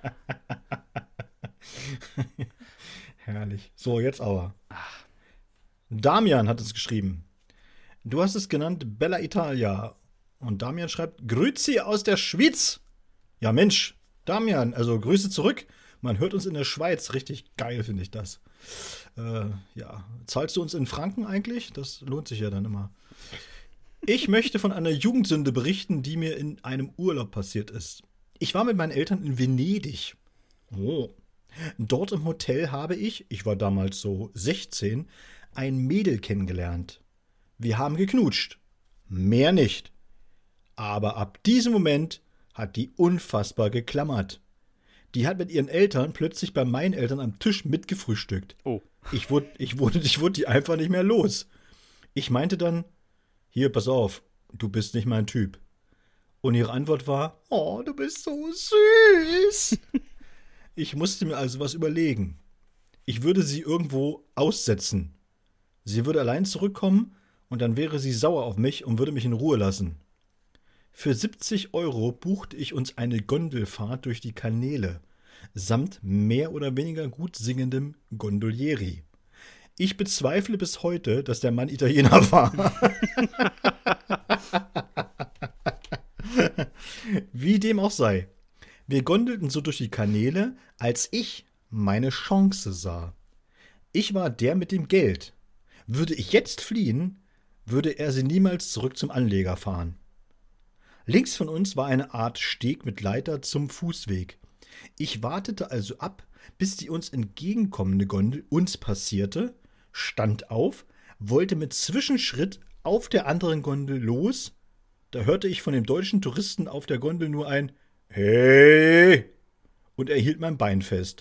Herrlich. So, jetzt aber. Damian hat es geschrieben. Du hast es genannt Bella Italia. Und Damian schreibt, Grüezi aus der Schweiz. Ja, Mensch, Damian, also Grüße zurück. Man hört uns in der Schweiz. Richtig geil, finde ich das. Ja, zahlst du uns in Franken eigentlich? Das lohnt sich ja dann immer. Ich möchte von einer Jugendsünde berichten, die mir in einem Urlaub passiert ist. Ich war mit meinen Eltern in Venedig. Oh. Dort im Hotel habe ich war damals so 16, ein Mädel kennengelernt. Wir haben geknutscht. Mehr nicht. Aber ab diesem Moment hat die unfassbar geklammert. Die hat mit ihren Eltern plötzlich bei meinen Eltern am Tisch mitgefrühstückt. Oh. Ich wurde die einfach nicht mehr los. Ich meinte dann, hier, pass auf, du bist nicht mein Typ. Und ihre Antwort war, oh, du bist so süß. Ich musste mir also was überlegen. Ich würde sie irgendwo aussetzen. Sie würde allein zurückkommen und dann wäre sie sauer auf mich und würde mich in Ruhe lassen. Für 70 € buchte ich uns eine Gondelfahrt durch die Kanäle, samt mehr oder weniger gut singendem Gondolieri. Ich bezweifle bis heute, dass der Mann Italiener war. Wie dem auch sei. Wir gondelten so durch die Kanäle, als ich meine Chance sah. Ich war der mit dem Geld. Würde ich jetzt fliehen, würde er sie niemals zurück zum Anleger fahren. Links von uns war eine Art Steg mit Leiter zum Fußweg. Ich wartete also ab, bis die uns entgegenkommende Gondel uns passierte, stand auf, wollte mit Zwischenschritt auf der anderen Gondel los. Da hörte ich von dem deutschen Touristen auf der Gondel nur ein Hey! Und er hielt mein Bein fest.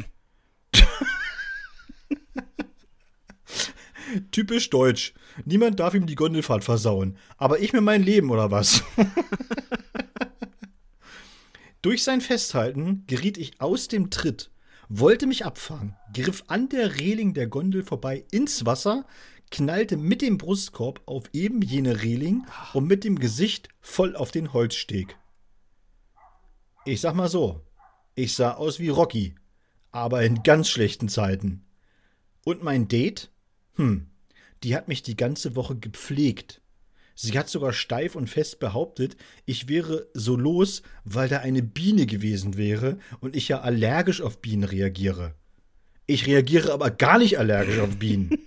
Typisch deutsch. Niemand darf ihm die Gondelfahrt versauen. Aber ich mir mein Leben, oder was? Durch sein Festhalten geriet ich aus dem Tritt, wollte mich abfangen, griff an der Reling der Gondel vorbei ins Wasser, knallte mit dem Brustkorb auf eben jene Reling und mit dem Gesicht voll auf den Holzsteg. Ich sag mal so, ich sah aus wie Rocky, aber in ganz schlechten Zeiten. Und mein Date? Die hat mich die ganze Woche gepflegt. Sie hat sogar steif und fest behauptet, ich wäre so los, weil da eine Biene gewesen wäre und ich ja allergisch auf Bienen reagiere. Ich reagiere aber gar nicht allergisch auf Bienen.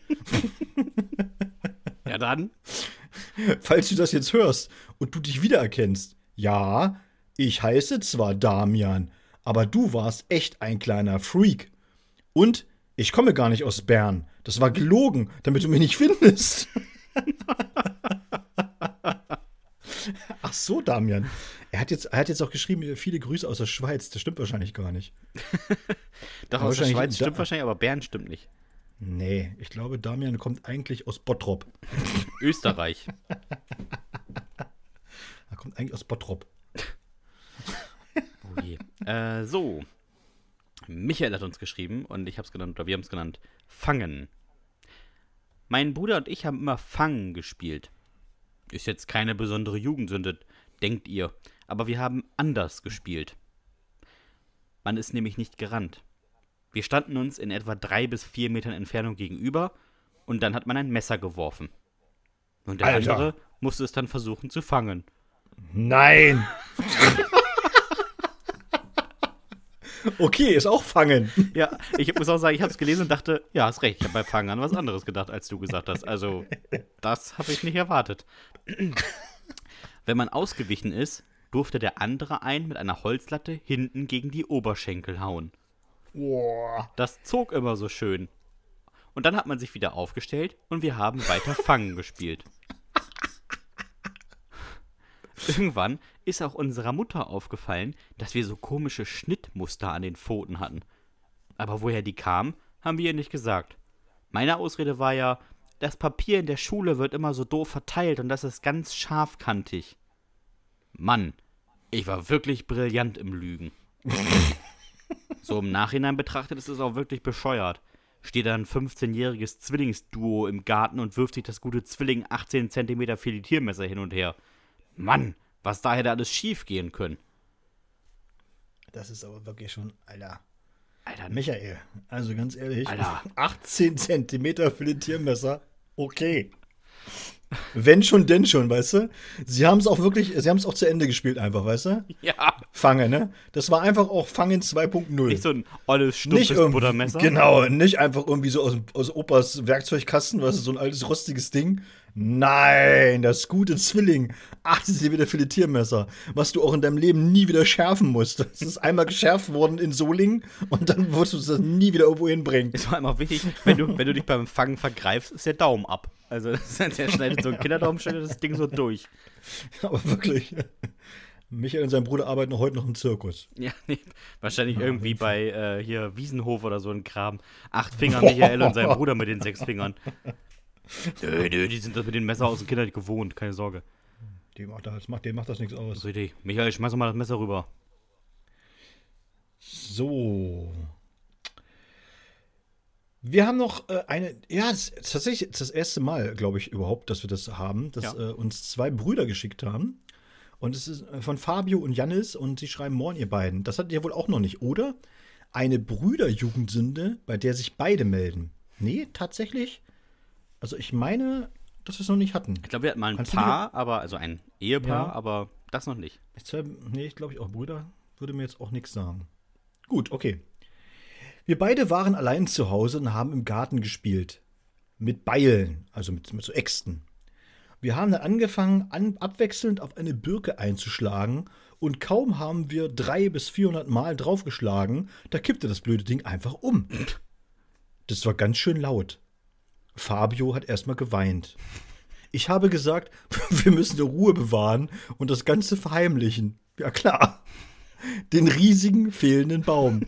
Ja dann. Falls du das jetzt hörst und du dich wiedererkennst, ja, ich heiße zwar Damian, aber du warst echt ein kleiner Freak. Und ich komme gar nicht aus Bern. Das war gelogen, damit du mich nicht findest. Ach so, Damian. Er hat jetzt auch geschrieben, viele Grüße aus der Schweiz. Das stimmt wahrscheinlich gar nicht. Doch, aus der Schweiz stimmt wahrscheinlich, aber Bern stimmt nicht. Nee, ich glaube, Damian kommt eigentlich aus Bottrop. Österreich. Er kommt eigentlich aus Bottrop. Oh je. So. Michael hat uns geschrieben und ich hab's genannt, oder wir haben es genannt, Fangen. Mein Bruder und ich haben immer Fangen gespielt. Ist jetzt keine besondere Jugendsünde, denkt ihr. Aber wir haben anders gespielt. Man ist nämlich nicht gerannt. Wir standen uns in etwa 3 bis 4 Metern Entfernung gegenüber und dann hat man ein Messer geworfen. Und der andere musste es dann versuchen zu fangen. Nein! Okay, ist auch Fangen. Ja, ich muss auch sagen, ich habe es gelesen und dachte, ja, hast recht, ich habe bei Fangen an was anderes gedacht, als du gesagt hast. Also, das habe ich nicht erwartet. Wenn man ausgewichen ist, durfte der andere einen mit einer Holzlatte hinten gegen die Oberschenkel hauen. Boah. Das zog immer so schön. Und dann hat man sich wieder aufgestellt und wir haben weiter Fangen gespielt. Irgendwann ist auch unserer Mutter aufgefallen, dass wir so komische Schnittmuster an den Pfoten hatten. Aber woher die kamen, haben wir ihr nicht gesagt. Meine Ausrede war ja, das Papier in der Schule wird immer so doof verteilt und das ist ganz scharfkantig. Mann, ich war wirklich brillant im Lügen. So im Nachhinein betrachtet ist es auch wirklich bescheuert. Steht da ein 15-jähriges Zwillingsduo im Garten und wirft sich das gute Zwilling 18 cm Filetiermesser hin und her. Mann, was da hätte alles schief gehen können. Das ist aber wirklich schon, Alter, Alter, Michael, also ganz ehrlich, Alter. 18 Zentimeter Filetiermesser, okay. Wenn schon, denn schon, weißt du? Sie haben es auch zu Ende gespielt einfach, weißt du? Ja. Fangen, ne? Das war einfach auch Fangen 2.0. Nicht so ein olles, stumpfes Buttermesser. Genau, nicht einfach irgendwie so aus Opas Werkzeugkasten, weißt du, so ein altes, rostiges Ding. Nein, das gute Zwilling, 18 cm Filetiermesser, was du auch in deinem Leben nie wieder schärfen musst. Das ist einmal geschärft worden in Solingen und dann wirst du das nie wieder irgendwo hinbringen. Es war immer wichtig, wenn du dich beim Fangen vergreifst, ist der Daumen ab. Also der schneidet so ein Kinderdaumen, schneidet das Ding so durch. Aber wirklich, Michael und sein Bruder arbeiten heute noch im Zirkus. Ja, nee, wahrscheinlich irgendwie bei hier Wiesenhof oder so ein Kram. 8 Finger Michael und sein Bruder mit den 6 Fingern. Nö, die sind das mit den Messer aus den Kindern gewohnt, keine Sorge. Dem macht das nichts aus. Richtig. Michael, schmeiß doch mal das Messer rüber. So. Wir haben noch das ist tatsächlich das erste Mal, glaube ich, überhaupt, dass wir das haben, dass uns 2 Brüder geschickt haben. Und es ist von Fabio und Jannis und sie schreiben: Moin, ihr beiden. Das hattet ihr wohl auch noch nicht, oder? Eine Brüderjugendsünde, bei der sich beide melden. Nee, tatsächlich. Also ich meine, dass wir es noch nicht hatten. Ich glaube, wir hatten mal ein Paar, also ein Ehepaar, aber das noch nicht. Ich glaube ich auch Brüder. Würde mir jetzt auch nichts sagen. Gut, okay. Wir beide waren allein zu Hause und haben im Garten gespielt. Mit Beilen, also mit so Äxten. Wir haben dann angefangen, abwechselnd auf eine Birke einzuschlagen und kaum haben wir 300 bis 400 Mal draufgeschlagen, da kippte das blöde Ding einfach um. Das war ganz schön laut. Fabio hat erstmal geweint. Ich habe gesagt, wir müssen die Ruhe bewahren und das Ganze verheimlichen. Ja klar. Den riesigen fehlenden Baum.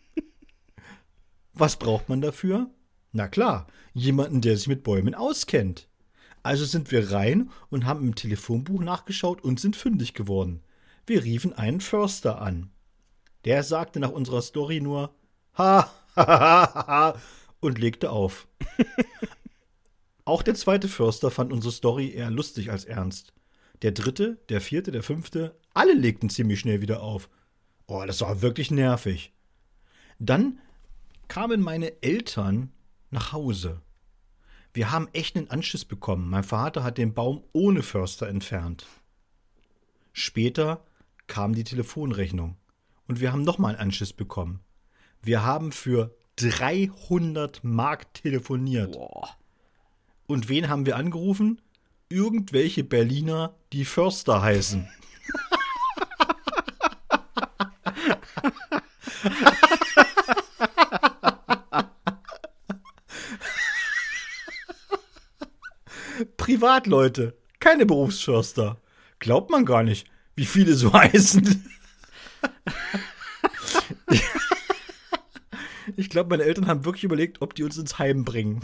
Was braucht man dafür? Na klar, jemanden, der sich mit Bäumen auskennt. Also sind wir rein und haben im Telefonbuch nachgeschaut und sind fündig geworden. Wir riefen einen Förster an. Der sagte nach unserer Story nur ha, ha, ha, ha, ha und legte auf. Auch der zweite Förster fand unsere Story eher lustig als ernst. Der dritte, der vierte, der fünfte, alle legten ziemlich schnell wieder auf. Oh, das war wirklich nervig. Dann kamen meine Eltern nach Hause. Wir haben echt einen Anschiss bekommen. Mein Vater hat den Baum ohne Förster entfernt. Später kam die Telefonrechnung und wir haben nochmal einen Anschiss bekommen. Wir haben für 300 Mark telefoniert. Boah. Und wen haben wir angerufen? Irgendwelche Berliner, die Förster heißen. Privatleute, keine Berufsförster. Glaubt man gar nicht, wie viele so heißen. Ich glaube, meine Eltern haben wirklich überlegt, ob die uns ins Heim bringen.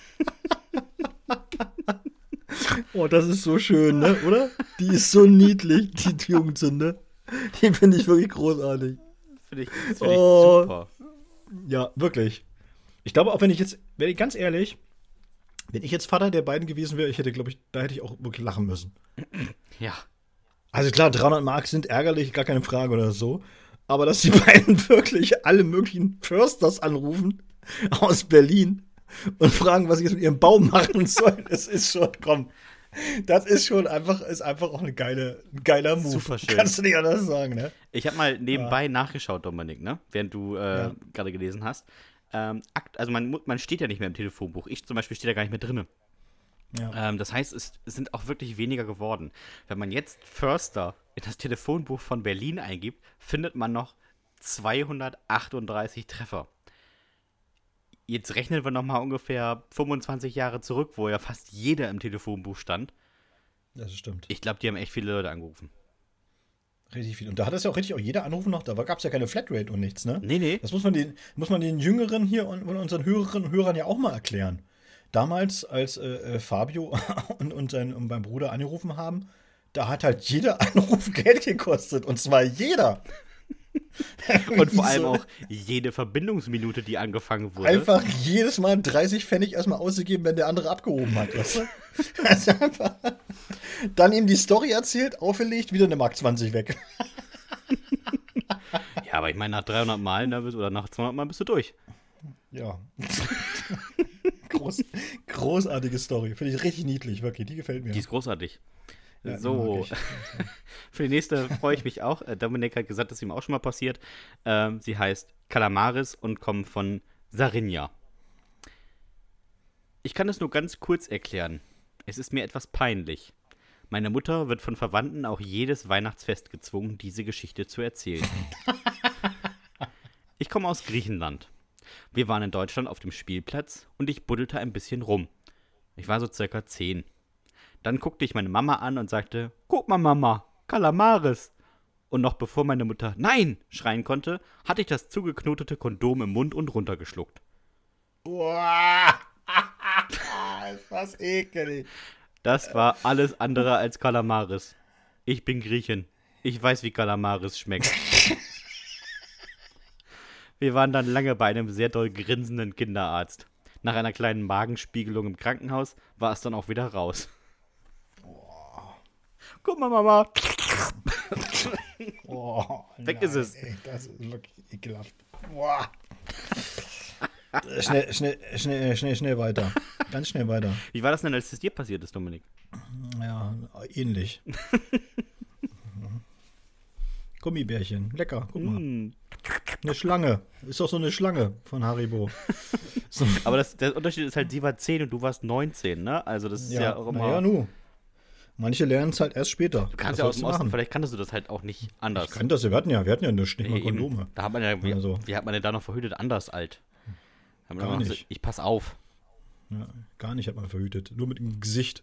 Oh, das ist so schön, ne? Oder? Die ist so niedlich, die Jugendsünde. Die finde ich wirklich großartig. Finde ich super. Ja, wirklich. Ich glaube, auch wenn ich ganz ehrlich, wenn ich jetzt Vater der beiden gewesen wäre, da hätte ich auch wirklich lachen müssen. Ja. Also klar, 300 Mark sind ärgerlich, gar keine Frage oder so. Aber dass die beiden wirklich alle möglichen Försters anrufen aus Berlin und fragen, was ich jetzt mit ihrem Baum machen soll, das ist schon, komm. Das ist schon einfach auch ein geiler Move. Super schön. Kannst du nicht anders sagen, ne? Ich habe mal nebenbei nachgeschaut, Dominik, ne? Während du gerade gelesen hast. Also man steht ja nicht mehr im Telefonbuch. Ich zum Beispiel stehe da gar nicht mehr drin. Ja. Das heißt, es sind auch wirklich weniger geworden. Wenn man jetzt Förster in das Telefonbuch von Berlin eingibt, findet man noch 238 Treffer. Jetzt rechnen wir noch mal ungefähr 25 Jahre zurück, wo ja fast jeder im Telefonbuch stand. Das stimmt. Ich glaube, die haben echt viele Leute angerufen. Richtig viel. Und da hat es ja auch richtig jeder anrufen noch, da gab es ja keine Flatrate und nichts, ne? Nee. Das muss man den Jüngeren hier und unseren Hörerinnen und Hörern ja auch mal erklären. Damals, als Fabio und mein Bruder angerufen haben, da hat halt jeder Anruf Geld gekostet. Und zwar jeder. Und vor allem auch jede Verbindungsminute, die angefangen wurde. Einfach jedes Mal 30 Pfennig erstmal ausgegeben, wenn der andere abgehoben hat. Weißt du? Also einfach dann ihm die Story erzählt, aufgelegt, wieder eine Mark 20 weg. Ja, aber ich meine, nach 300 Mal oder nach 200 Mal bist du durch. Ja. Großartige Story. Finde ich richtig niedlich, wirklich. Die gefällt mir. Die ist großartig. Ja, so, für die nächste freue ich mich auch. Dominik hat gesagt, das ist ihm auch schon mal passiert. Sie heißt Calamaris und kommt von Sardinia. Ich kann es nur ganz kurz erklären. Es ist mir etwas peinlich. Meine Mutter wird von Verwandten auch jedes Weihnachtsfest gezwungen, diese Geschichte zu erzählen. Ich komme aus Griechenland. Wir waren in Deutschland auf dem Spielplatz und ich buddelte ein bisschen rum. Ich war so circa 10. Dann guckte ich meine Mama an und sagte, guck mal Mama, Calamaris. Und noch bevor meine Mutter Nein schreien konnte, hatte ich das zugeknotete Kondom im Mund und runtergeschluckt. Uah. Ist das ekelig. Das war alles andere als Calamaris. Ich bin Griechin. Ich weiß, wie Calamaris schmeckt. Wir waren dann lange bei einem sehr doll grinsenden Kinderarzt. Nach einer kleinen Magenspiegelung im Krankenhaus war es dann auch wieder raus. Guck mal, Mama. Oh, Weg ist es. Ey, das ist wirklich ekelhaft. Boah. Schnell weiter. Ganz schnell weiter. Wie war das denn, als es dir passiert ist, Dominik? Ja, ähnlich. Gummibärchen. Lecker, guck mal. Eine Schlange. Ist doch so eine Schlange von Haribo. So. Aber der Unterschied ist halt, sie war 10 und du warst 19, ne? Also das ist ja auch immer... Naja, nu. Manche lernen es halt erst später. Du kannst ja aus dem Osten, vielleicht kanntest du das halt auch nicht anders. Ich kannte das, wir hatten ja nichts, nicht mal Kondome. Da hat man ja, wie hat man denn da noch verhütet? Anders alt. Gar nicht. So, ich pass auf. Ja, gar nicht hat man verhütet. Nur mit dem Gesicht.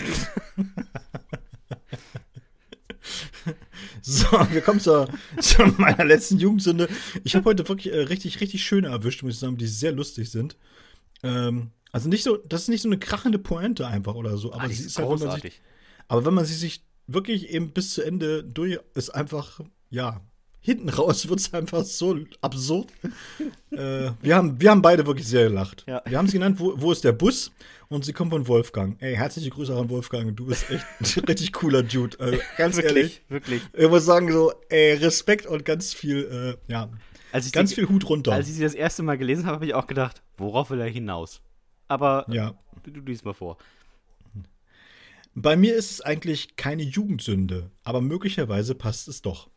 So, wir kommen zu meiner letzten Jugendsünde. Ich habe heute wirklich richtig, richtig schöne erwischt, muss ich sagen, die sehr lustig sind. Also nicht so, das ist nicht so eine krachende Pointe einfach oder so, aber sie ist halt, großartig. Wenn man sie sich wirklich eben bis zu Ende durch, ist einfach, ja, hinten raus wird es einfach so absurd. Wir haben beide wirklich sehr gelacht. Ja. Wir haben sie genannt, wo ist der Bus? Und sie kommt von Wolfgang. Ey, herzliche Grüße an Wolfgang. Du bist echt ein richtig cooler Dude. Also, ganz ehrlich. Wirklich. Ich muss sagen, so, Respekt und ganz viel, viel Hut runter. Als ich sie das erste Mal gelesen habe, habe ich auch gedacht, worauf will er hinaus? Aber ja. Du liest mal vor. Bei mir ist es eigentlich keine Jugendsünde, aber möglicherweise passt es doch.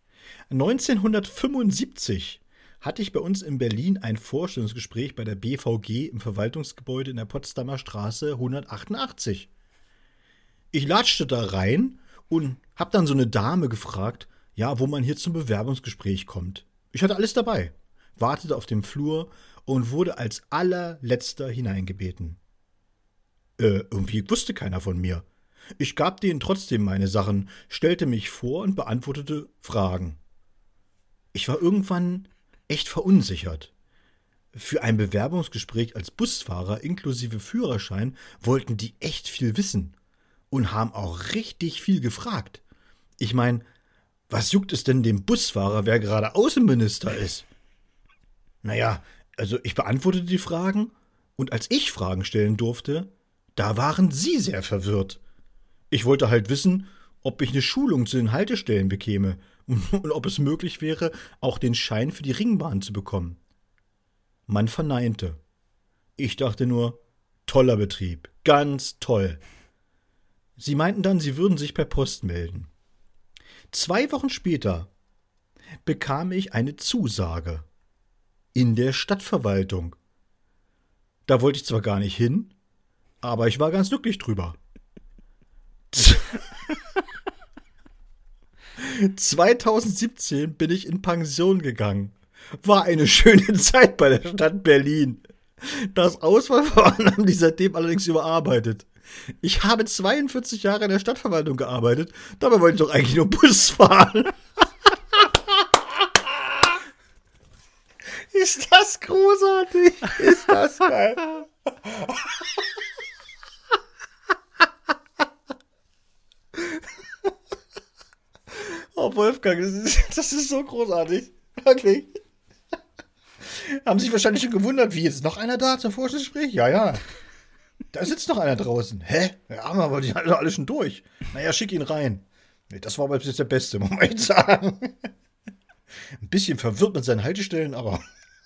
1975 hatte ich bei uns in Berlin ein Vorstellungsgespräch bei der BVG im Verwaltungsgebäude in der Potsdamer Straße 188. Ich latschte da rein und hab dann so eine Dame gefragt, ja, wo man hier zum Bewerbungsgespräch kommt. Ich hatte alles dabei, wartete auf dem Flur und wurde als allerletzter hineingebeten. Irgendwie wusste keiner von mir. Ich gab denen trotzdem meine Sachen, stellte mich vor und beantwortete Fragen. Ich war irgendwann echt verunsichert. Für ein Bewerbungsgespräch als Busfahrer inklusive Führerschein wollten die echt viel wissen und haben auch richtig viel gefragt. Ich meine, was juckt es denn dem Busfahrer, wer gerade Außenminister ist? Naja, also ich beantwortete die Fragen und als ich Fragen stellen durfte, da waren sie sehr verwirrt. Ich wollte halt wissen, ob ich eine Schulung zu den Haltestellen bekäme und ob es möglich wäre, auch den Schein für die Ringbahn zu bekommen. Man verneinte. Ich dachte nur, toller Betrieb, ganz toll. Sie meinten dann, sie würden sich per Post melden. 2 Wochen später bekam ich eine Zusage in der Stadtverwaltung. Da wollte ich zwar gar nicht hin, aber ich war ganz glücklich drüber. 2017 bin ich in Pension gegangen. War eine schöne Zeit bei der Stadt Berlin. Das Auswahlverfahren haben die seitdem allerdings überarbeitet. Ich habe 42 Jahre in der Stadtverwaltung gearbeitet. Dabei wollte ich doch eigentlich nur Bus fahren. Ist das großartig? Ist das geil? Oh, Wolfgang, das ist so großartig. Wirklich. Haben sich wahrscheinlich schon gewundert, wie jetzt noch einer da zum Vorstellungsgespräch? Ja. Da sitzt noch einer draußen. Hä? Ja, aber die sind alle schon durch. Naja, schick ihn rein. Nee, das war aber bis jetzt der Beste, muss man echt sagen. Ein bisschen verwirrt mit seinen Haltestellen, aber.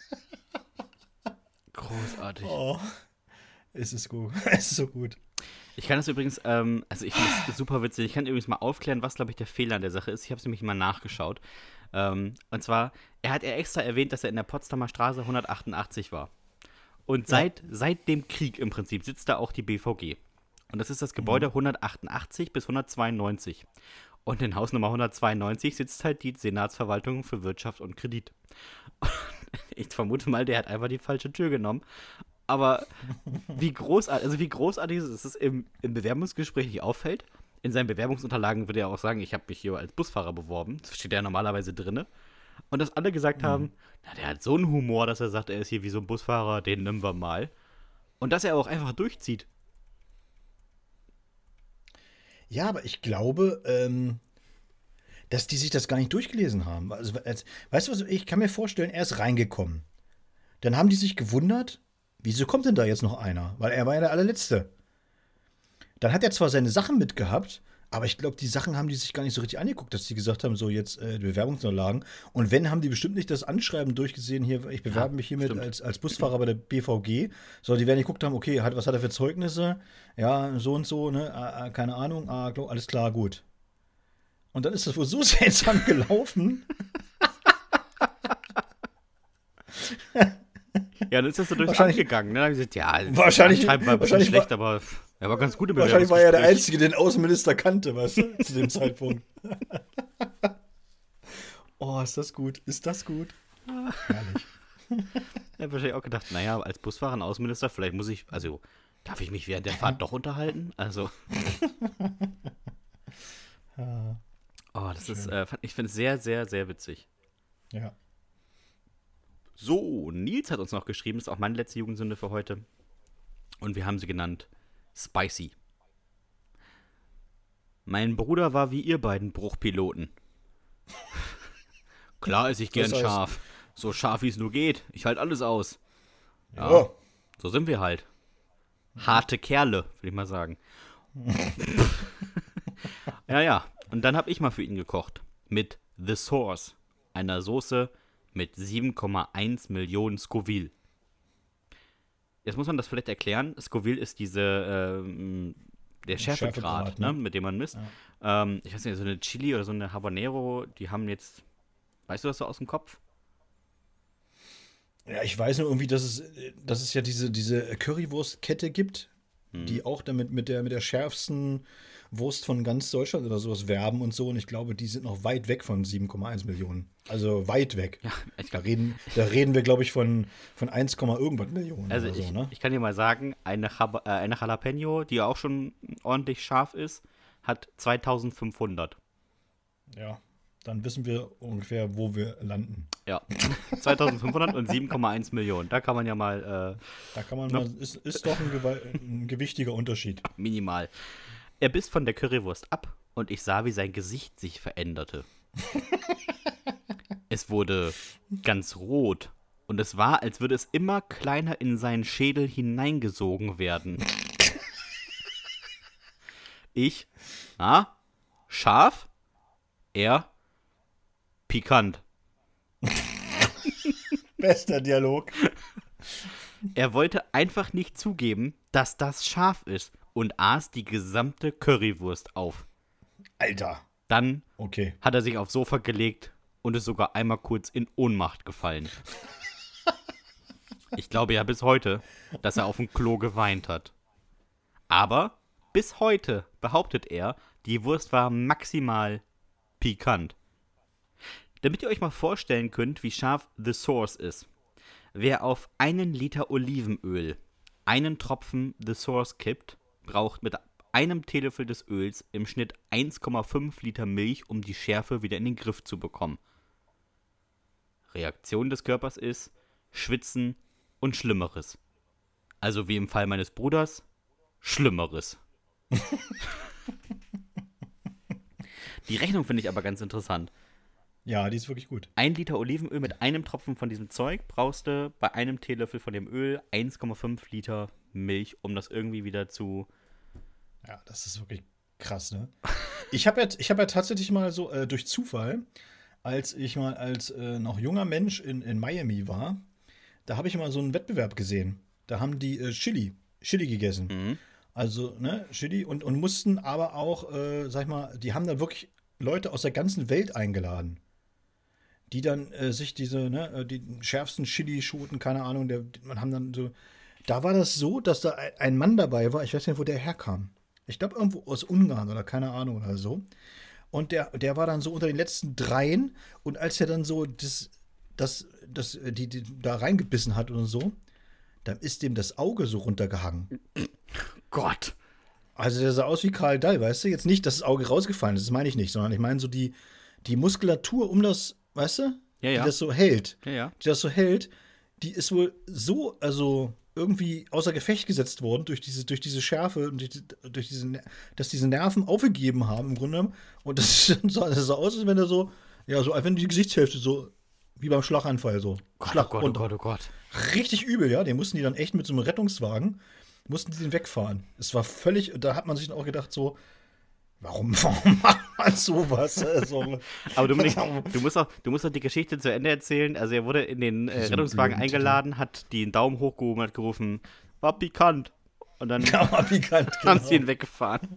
Großartig. Oh, es ist gut. Es ist so gut. Ich kann das übrigens, also ich finde es super witzig. Ich kann übrigens mal aufklären, was, glaube ich, der Fehler an der Sache ist. Ich habe es nämlich mal nachgeschaut. Und zwar, er hat extra erwähnt, dass er in der Potsdamer Straße 188 war. Und seit dem Krieg im Prinzip sitzt da auch die BVG. Und das ist das Gebäude 188 bis 192. Und in Hausnummer 192 sitzt halt die Senatsverwaltung für Wirtschaft und Kredit. Und ich vermute mal, der hat einfach die falsche Tür genommen. Aber wie großartig ist es, dass es im Bewerbungsgespräch nicht auffällt. In seinen Bewerbungsunterlagen würde er auch sagen, ich habe mich hier als Busfahrer beworben. Das steht ja normalerweise drin. Und dass alle gesagt haben, na, der hat so einen Humor, dass er sagt, er ist hier wie so ein Busfahrer, den nehmen wir mal. Und dass er auch einfach durchzieht. Ja, aber ich glaube, dass die sich das gar nicht durchgelesen haben. Also, weißt du was, ich kann mir vorstellen, er ist reingekommen. Dann haben die sich gewundert, wieso kommt denn da jetzt noch einer? Weil er war ja der allerletzte. Dann hat er zwar seine Sachen mitgehabt, aber ich glaube, die Sachen haben die sich gar nicht so richtig angeguckt, dass die gesagt haben, so jetzt Bewerbungsunterlagen. Und wenn, haben die bestimmt nicht das Anschreiben durchgesehen, hier, ich bewerbe mich hiermit als Busfahrer bei der BVG. So, die werden geguckt haben, okay, was hat er für Zeugnisse? Ja, so und so, ne? Keine Ahnung, alles klar, gut. Und dann ist das wohl so seltsam gelaufen. Ja, dann ist das so durchs Hand gegangen. Ne? Dann haben sie gesagt, ja, wahrscheinlich war ein bisschen schlecht, aber Er war ganz gut im Wahrscheinlich war er der Bewerbungsgespräch. Einzige, den der Außenminister kannte, weißt du, zu dem Zeitpunkt. Oh, ist das gut. Ist das gut? Herrlich. Er hat wahrscheinlich auch gedacht, naja, als Busfahrer und Außenminister, vielleicht muss ich, also, darf ich mich während der Fahrt doch unterhalten? Also. Oh, das ist, ich finde es sehr, sehr, sehr witzig. Ja. So, Nils hat uns noch geschrieben, ist auch meine letzte Jugendsünde für heute. Und wir haben sie genannt Spicy. Mein Bruder war wie ihr beiden Bruchpiloten. Klar esse ich gern Das heißt- scharf. So scharf wie es nur geht. Ich halte alles aus. Ja. So sind wir halt. Harte Kerle, würde ich mal sagen. Ja. Und dann habe ich mal für ihn gekocht. Mit The Source. Einer Soße mit 7,1 Millionen Scoville. Jetzt muss man das vielleicht erklären. Scoville ist der Schärfegrad, Schärfegrad, ne, ne? mit dem man misst. Ich weiß nicht, so eine Chili oder so eine Habanero, die haben jetzt, weißt du das so aus dem Kopf? Ja, ich weiß nur irgendwie, dass es ja diese Currywurstkette gibt, die auch damit mit der schärfsten Wurst von ganz Deutschland oder sowas werben und so. Und ich glaube, die sind noch weit weg von 7,1 Millionen. Also weit weg. Ja, ich Da glaube. reden wir, glaube ich, von 1, irgendwas Millionen Also oder so, ne? ich kann dir mal sagen, eine Jalapeno, die auch schon ordentlich scharf ist, hat 2500. Ja, dann wissen wir ungefähr, wo wir landen. Ja, 2500 und 7,1 Millionen. Da kann man ja mal Da kann man mal, ist doch ein gewichtiger Unterschied. minimal. Er biss von der Currywurst ab und ich sah, wie sein Gesicht sich veränderte. Es wurde ganz rot und es war, als würde es immer kleiner in seinen Schädel hineingesogen werden. Ich, scharf, er, pikant. Bester Dialog. Er wollte einfach nicht zugeben, dass das scharf ist und aß die gesamte Currywurst auf. Alter. Dann Okay. hat er sich aufs Sofa gelegt und ist sogar einmal kurz in Ohnmacht gefallen. Ich glaube ja bis heute, dass er auf dem Klo geweint hat. Aber bis heute behauptet er, die Wurst war maximal pikant. Damit ihr euch mal vorstellen könnt, wie scharf The Source ist. Wer auf 1 Liter Olivenöl einen Tropfen The Source kippt, braucht mit einem Teelöffel des Öls im Schnitt 1,5 Liter Milch, um die Schärfe wieder in den Griff zu bekommen. Reaktion des Körpers ist Schwitzen und Schlimmeres. Also wie im Fall meines Bruders, Schlimmeres. Die Rechnung finde ich aber ganz interessant. Ja, die ist wirklich gut. 1 Liter Olivenöl mit einem Tropfen von diesem Zeug brauchst du bei einem Teelöffel von dem Öl 1,5 Liter Milch, um das irgendwie wieder zu... Ja, das ist wirklich krass, ne? Ich habe ja tatsächlich mal so durch Zufall, als ich mal als noch junger Mensch in Miami war, da habe ich mal so einen Wettbewerb gesehen. Da haben die Chili gegessen. Mhm. Also, ne, Chili und mussten aber auch, sag ich mal, die haben da wirklich Leute aus der ganzen Welt eingeladen, die dann sich die schärfsten Chili-Schoten, keine Ahnung, man haben dann so, da war das so, dass da ein Mann dabei war, ich weiß nicht, wo der herkam. Ich glaube, irgendwo aus Ungarn oder keine Ahnung oder so. Und der war dann so unter den letzten dreien und als er dann so die da reingebissen hat und so, dann ist dem das Auge so runtergehangen. Gott. Also der sah aus wie Karl Dall, weißt du? Jetzt nicht, dass das Auge rausgefallen ist, das meine ich nicht, sondern ich meine so die Muskulatur um das, weißt du? Ja, ja. Die das so hält. Ja. Die das so hält, die ist wohl so, also irgendwie außer Gefecht gesetzt worden durch diese Schärfe und dass diese Nerven aufgegeben haben im Grunde genommen. Und das sah aus, als wenn er so, ja, so, als wenn die Gesichtshälfte so, wie beim Schlaganfall so. Schlag runter. Oh Gott. Richtig übel, ja. Den mussten die dann echt mit so einem Rettungswagen, mussten die den wegfahren. Es war völlig, da hat man sich dann auch gedacht so, warum macht man sowas? Also, Aber Dominik, du musst doch die Geschichte zu Ende erzählen. Also er wurde in den Rettungswagen blöden eingeladen, hat den Daumen hochgehoben und hat gerufen, war pikant. Und dann ja, war pikant, haben sie ihn genau. weggefahren.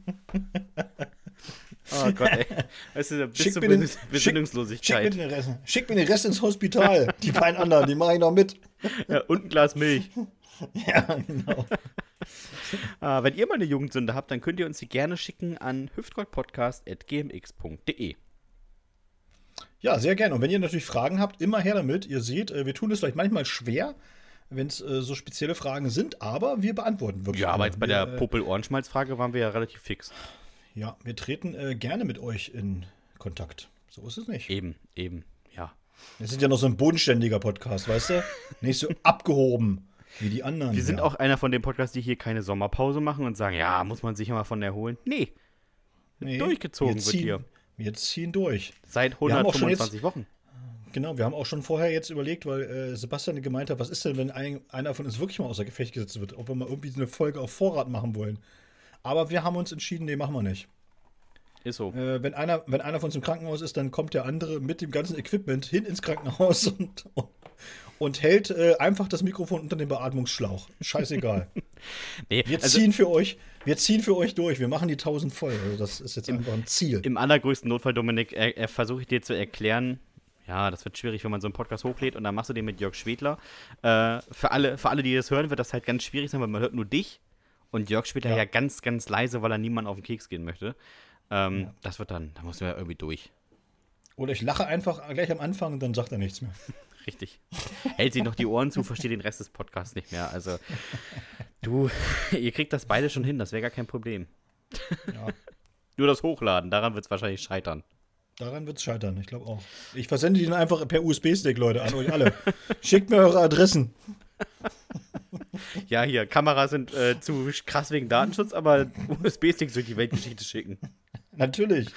Oh Gott, ey. Weißt du, bis Schick zur mir den- Besinnungslosigkeit. Schick mir den Rest ins Hospital. Die beiden anderen, die mache ich noch mit. Ja, und ein Glas Milch. Ja, genau. Wenn ihr mal eine Jugendsünde habt, dann könnt ihr uns die gerne schicken an hüftgoldpodcast@gmx.de. Ja, sehr gerne. Und wenn ihr natürlich Fragen habt, immer her damit. Ihr seht, wir tun es vielleicht manchmal schwer, wenn es so spezielle Fragen sind, aber wir beantworten wirklich. Ja, aber alle. jetzt bei der Popel-Ohrenschmalz-Frage waren wir ja relativ fix. Ja, wir treten gerne mit euch in Kontakt. So ist es nicht. Eben, ja. Wir sind ja noch so ein bodenständiger Podcast, weißt du? Nicht so abgehoben wie die anderen. Wir sind auch einer von den Podcasts, die hier keine Sommerpause machen und sagen, ja, muss man sich ja mal von erholen. Nee, durchgezogen wird hier. Wir ziehen durch. Seit 125 Wochen. Genau, wir haben auch schon vorher jetzt überlegt, weil Sebastian gemeint hat, was ist denn, wenn einer von uns wirklich mal außer Gefecht gesetzt wird, ob wir mal irgendwie so eine Folge auf Vorrat machen wollen. Aber wir haben uns entschieden, nee, machen wir nicht. Ist so. Wenn einer von uns im Krankenhaus ist, dann kommt der andere mit dem ganzen Equipment hin ins Krankenhaus und hält einfach das Mikrofon unter den Beatmungsschlauch. Scheißegal. Nee, wir ziehen für euch durch. Wir machen die 1000 voll. Also das ist jetzt einfach ein Ziel. Im allergrößten Notfall, Dominik, versuche ich dir zu erklären, ja, das wird schwierig, wenn man so einen Podcast hochlädt und dann machst du den mit Jörg Schwedler. Für alle, die das hören, wird das halt ganz schwierig sein, weil man hört nur dich und Jörg Schwedler ja ganz, ganz leise, weil er niemandem auf den Keks gehen möchte. Das wird dann, da müssen wir irgendwie durch. Oder ich lache einfach gleich am Anfang und dann sagt er nichts mehr. Richtig. Hält sich noch die Ohren zu, versteht den Rest des Podcasts nicht mehr. Also, ihr kriegt das beide schon hin, das wäre gar kein Problem. Ja. Nur das Hochladen, daran wird es wahrscheinlich scheitern. Daran wird es scheitern, ich glaube auch. Ich versende die dann einfach per USB-Stick, Leute, an euch alle. Schickt mir eure Adressen. Ja, hier, Kameras sind zu krass wegen Datenschutz, aber USB-Sticks durch die Weltgeschichte schicken. Natürlich.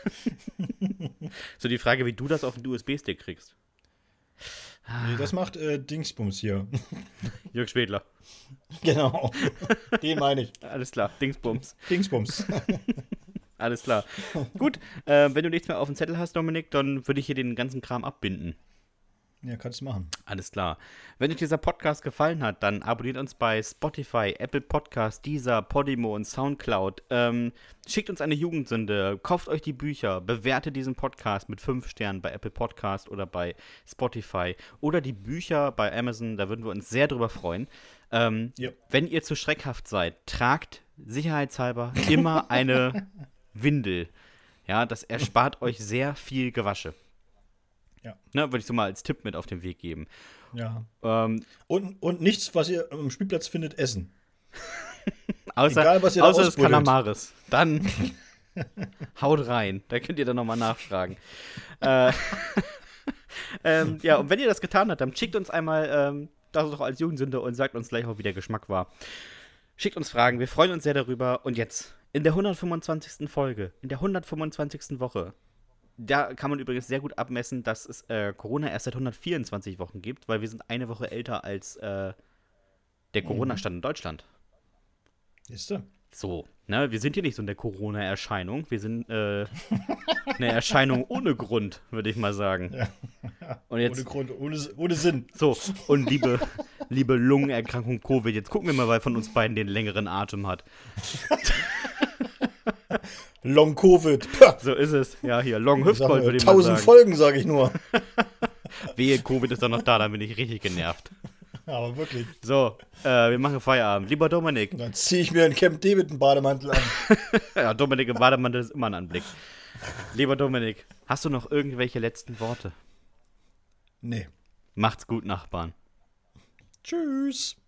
So die Frage, wie du das auf den USB-Stick kriegst. Nee, das macht Dingsbums hier. Jörg Schwedler. Genau. Den meine ich. Alles klar, Dingsbums. Dingsbums. Alles klar. Gut, wenn du nichts mehr auf dem Zettel hast, Dominik, dann würde ich hier den ganzen Kram abbinden. Ja, kannst du machen. Alles klar. Wenn euch dieser Podcast gefallen hat, dann abonniert uns bei Spotify, Apple Podcast, Deezer, Podimo und Soundcloud. Schickt uns eine Jugendsünde, kauft euch die Bücher, bewertet diesen Podcast mit 5 Sternen bei Apple Podcast oder bei Spotify oder die Bücher bei Amazon, da würden wir uns sehr drüber freuen. Wenn ihr zu schreckhaft seid, tragt sicherheitshalber immer eine Windel. Ja, das erspart euch sehr viel Gewasche. Ja. Ne, würde ich so mal als Tipp mit auf den Weg geben. Ja. Und nichts, was ihr am Spielplatz findet, essen. Egal, was ihr da außer das Kalamaris. Dann haut rein. Da könnt ihr dann nochmal nachfragen. Ja, und wenn ihr das getan habt, dann schickt uns einmal das doch als Jugendsünde und sagt uns gleich auch, wie der Geschmack war. Schickt uns Fragen, wir freuen uns sehr darüber. Und jetzt, in der 125. Folge, in der 125. Woche, da kann man übrigens sehr gut abmessen, dass es Corona erst seit 124 Wochen gibt, weil wir sind eine Woche älter als der Corona-Stand in Deutschland. Siehst du? So, ne, wir sind hier nicht so in der Corona-Erscheinung. Wir sind eine Erscheinung ohne Grund, würde ich mal sagen. Ja. Und jetzt, ohne Grund, ohne Sinn. So, und liebe Lungenerkrankung Covid, jetzt gucken wir mal, wer von uns beiden den längeren Atem hat. Long Covid. So ist es. Ja, hier, Long Hüftgold, würde ich mal 1000 sagen. Folgen, sage ich nur. Wehe, Covid ist doch noch da, dann bin ich richtig genervt. Aber wirklich. So, wir machen Feierabend. Lieber Dominik. Dann ziehe ich mir in Camp David einen Bademantel an. Ja, Dominik im Bademantel ist immer ein Anblick. Lieber Dominik, hast du noch irgendwelche letzten Worte? Nee. Macht's gut, Nachbarn. Tschüss.